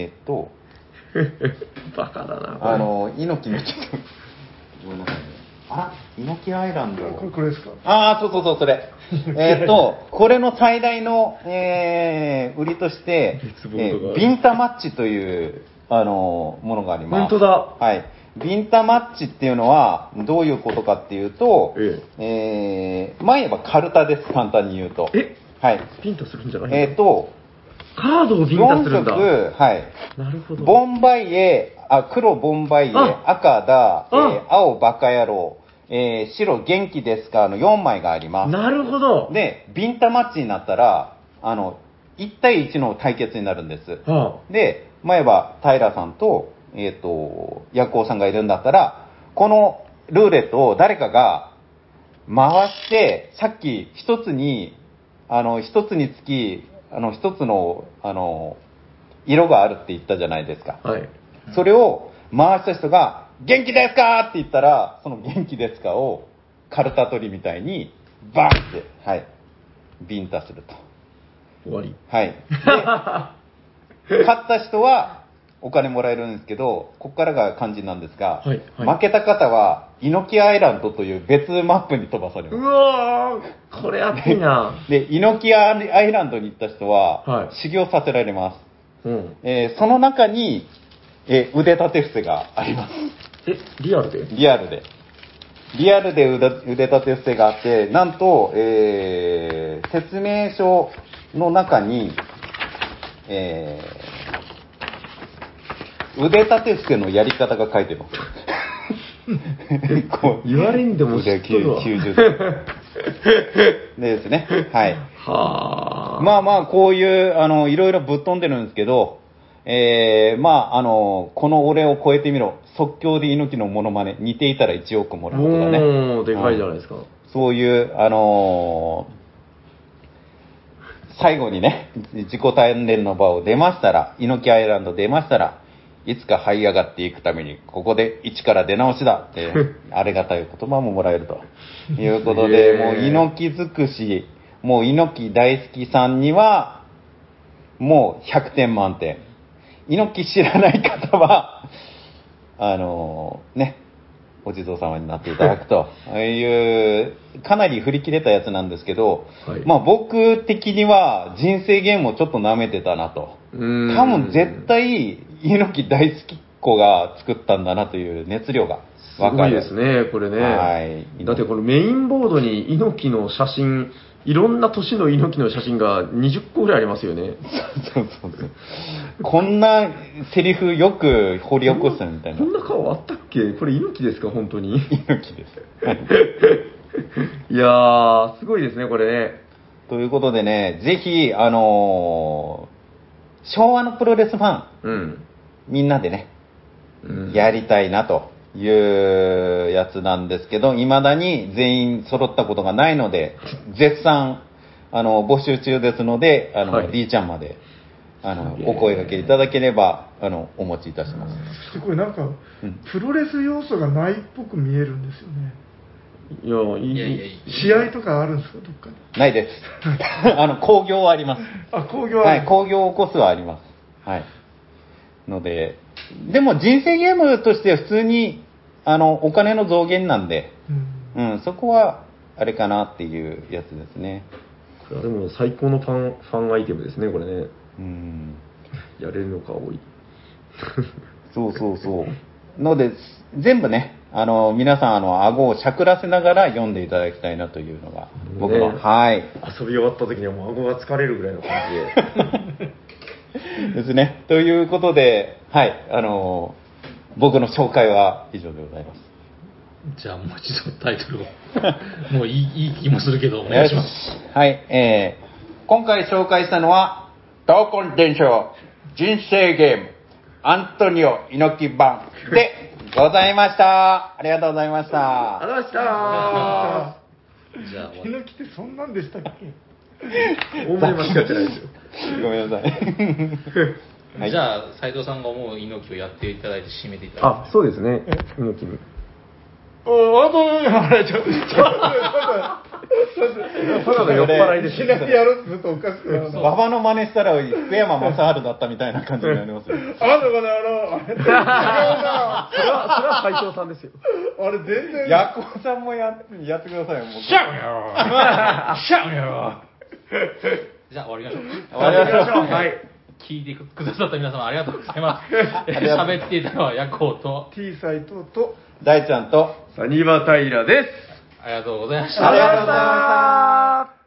バカだな。 猪木のちょっと、ごめんなさいね。猪木アイランド。 これですか？ そう、それ。これの最大の、売りとして、ビンタマッチという、ものがあります。 本当だ。 はい。ビンタマッチっていうのは、どういうことかっていうと、言えばカルタです、簡単に言うと。はい。 ビンタするんじゃないカードをビンタするんだ。 はい。 なるほど。 ボンバイエ、黒ボンバイエ、赤だ、青バカ野郎、白元気ですかの4枚があります。 なるほど。 で、ビンタマッチになったら、1対1の対決になるんです。で、言えば平さんと、ヤコウさんがいるんだったら、このルーレットを誰かが回して、さっき一つにつき、一つの、色があるって言ったじゃないですか。 はい。 それを回した人が、元気ですかって言ったら、その元気ですかをカルタ取りみたいに、バーンって、はい、ビンタすると。 終わり。 はい。で、勝った人はお金もらえるんですけど、ここからが肝心なんですが、負けた方は、猪木アイランドという別マップに飛ばされます。 うわー、これ熱いな。 で、猪木アイランドに行った人は、修行させられます。その中に、腕立て伏せがあります。 リアルで？ リアルで腕立て伏せがあって、なんと、説明書の中に、 腕立て伏せのやり方が書いてる。 言われんでも知っとるわ。 90でですね。はい。はあ。まあまあ、こういう、いろいろぶっ飛んでるんですけど、まあ、この俺を超えてみろ。即興で猪木のモノマネ。似ていたら1億もらうとかね。 でかいじゃないですか。 そういう、最後にね、自己鍛錬の場を出ましたら、猪木アイランド出ましたら、いつか這い上がっていくために、ここで一から出直しだって、ありがたい言葉ももらえるということで、もう猪木尽くし、もう猪木大好きさんには、もう100点満点。猪木知らない方は、ね、お地蔵様になっていただくという、かなり振り切れたやつなんですけど、はい、まあ僕的には人生ゲームをちょっと舐めてたなと。多分絶対猪木大好きっ子が作ったんだなという熱量が分かる。 すごいですね、これね。はい。だってこのメインボードに猪木の写真、いろんな年の猪木の写真が20個ぐらいありますよね。 そう。こんなセリフよく掘り起こしたみたいな。 こんな顔あったっけ？これ猪木ですか、本当に。 猪木です。 いやー、すごいですね、これね。 ということでね、ぜひ、昭和のプロレスファン、みんなでね、やりたいなというやつなんですけど、未だに全員揃ったことがないので、絶賛、募集中ですので、はい、D ちゃんまで、お声掛けいただければ、お持ちいたします。 これなんか、プロレス要素がないっぽく見えるんですよね。 いや試合とかあるんですか、どっかに。 ないです。興行はあります。 興行ははい、興行を起こすはあります。はい。ので、でも人生ゲームとして普通に、お金の増減なんで、そこは、あれかなっていうやつですね。 これはでも最高のファンアイテムですね、これね。やれるのか多い。 そう。ので、全部ね、皆さん、顎をしゃくらせながら読んでいただきたいなというのが、僕の、はい。 遊び終わった時にはもう顎が疲れるぐらいの感じで。 ですね。ということで、はい、僕の紹介は以上でございます。 じゃあもう一度タイトルを。もういい気もするけど、お願いします。 はい、今回紹介したのは、闘魂伝承人生ゲーム、アントニオ猪木版でございました。ありがとうございました。 ありがとうございました。じゃあ、猪木ってそんなんでしたっけ？ 大前間違ってないですよ。 ごめんなさい。 はい、じゃあ、斉藤さんが思う猪木をやっていただいて締めていただいて。 そうですね、猪木に。 あれ、ちょっと。 ただの酔っ払いでしなくやろうってずっとおかしくなる。 馬場の真似したら福山雅治だったみたいな感じになりますよ。 あれ、違うな。 それは斉藤さんですよ。 あれ、全然。 ヤコウさんもやってくださいよ。 しゃうよじゃあ終わりましょう。はい。聞いてくださった皆様ありがとうございます。喋っていたのはヤコウと T 斎藤と大ちゃんとサニバタイラです。 ありがとうございました。 ありがとうございました。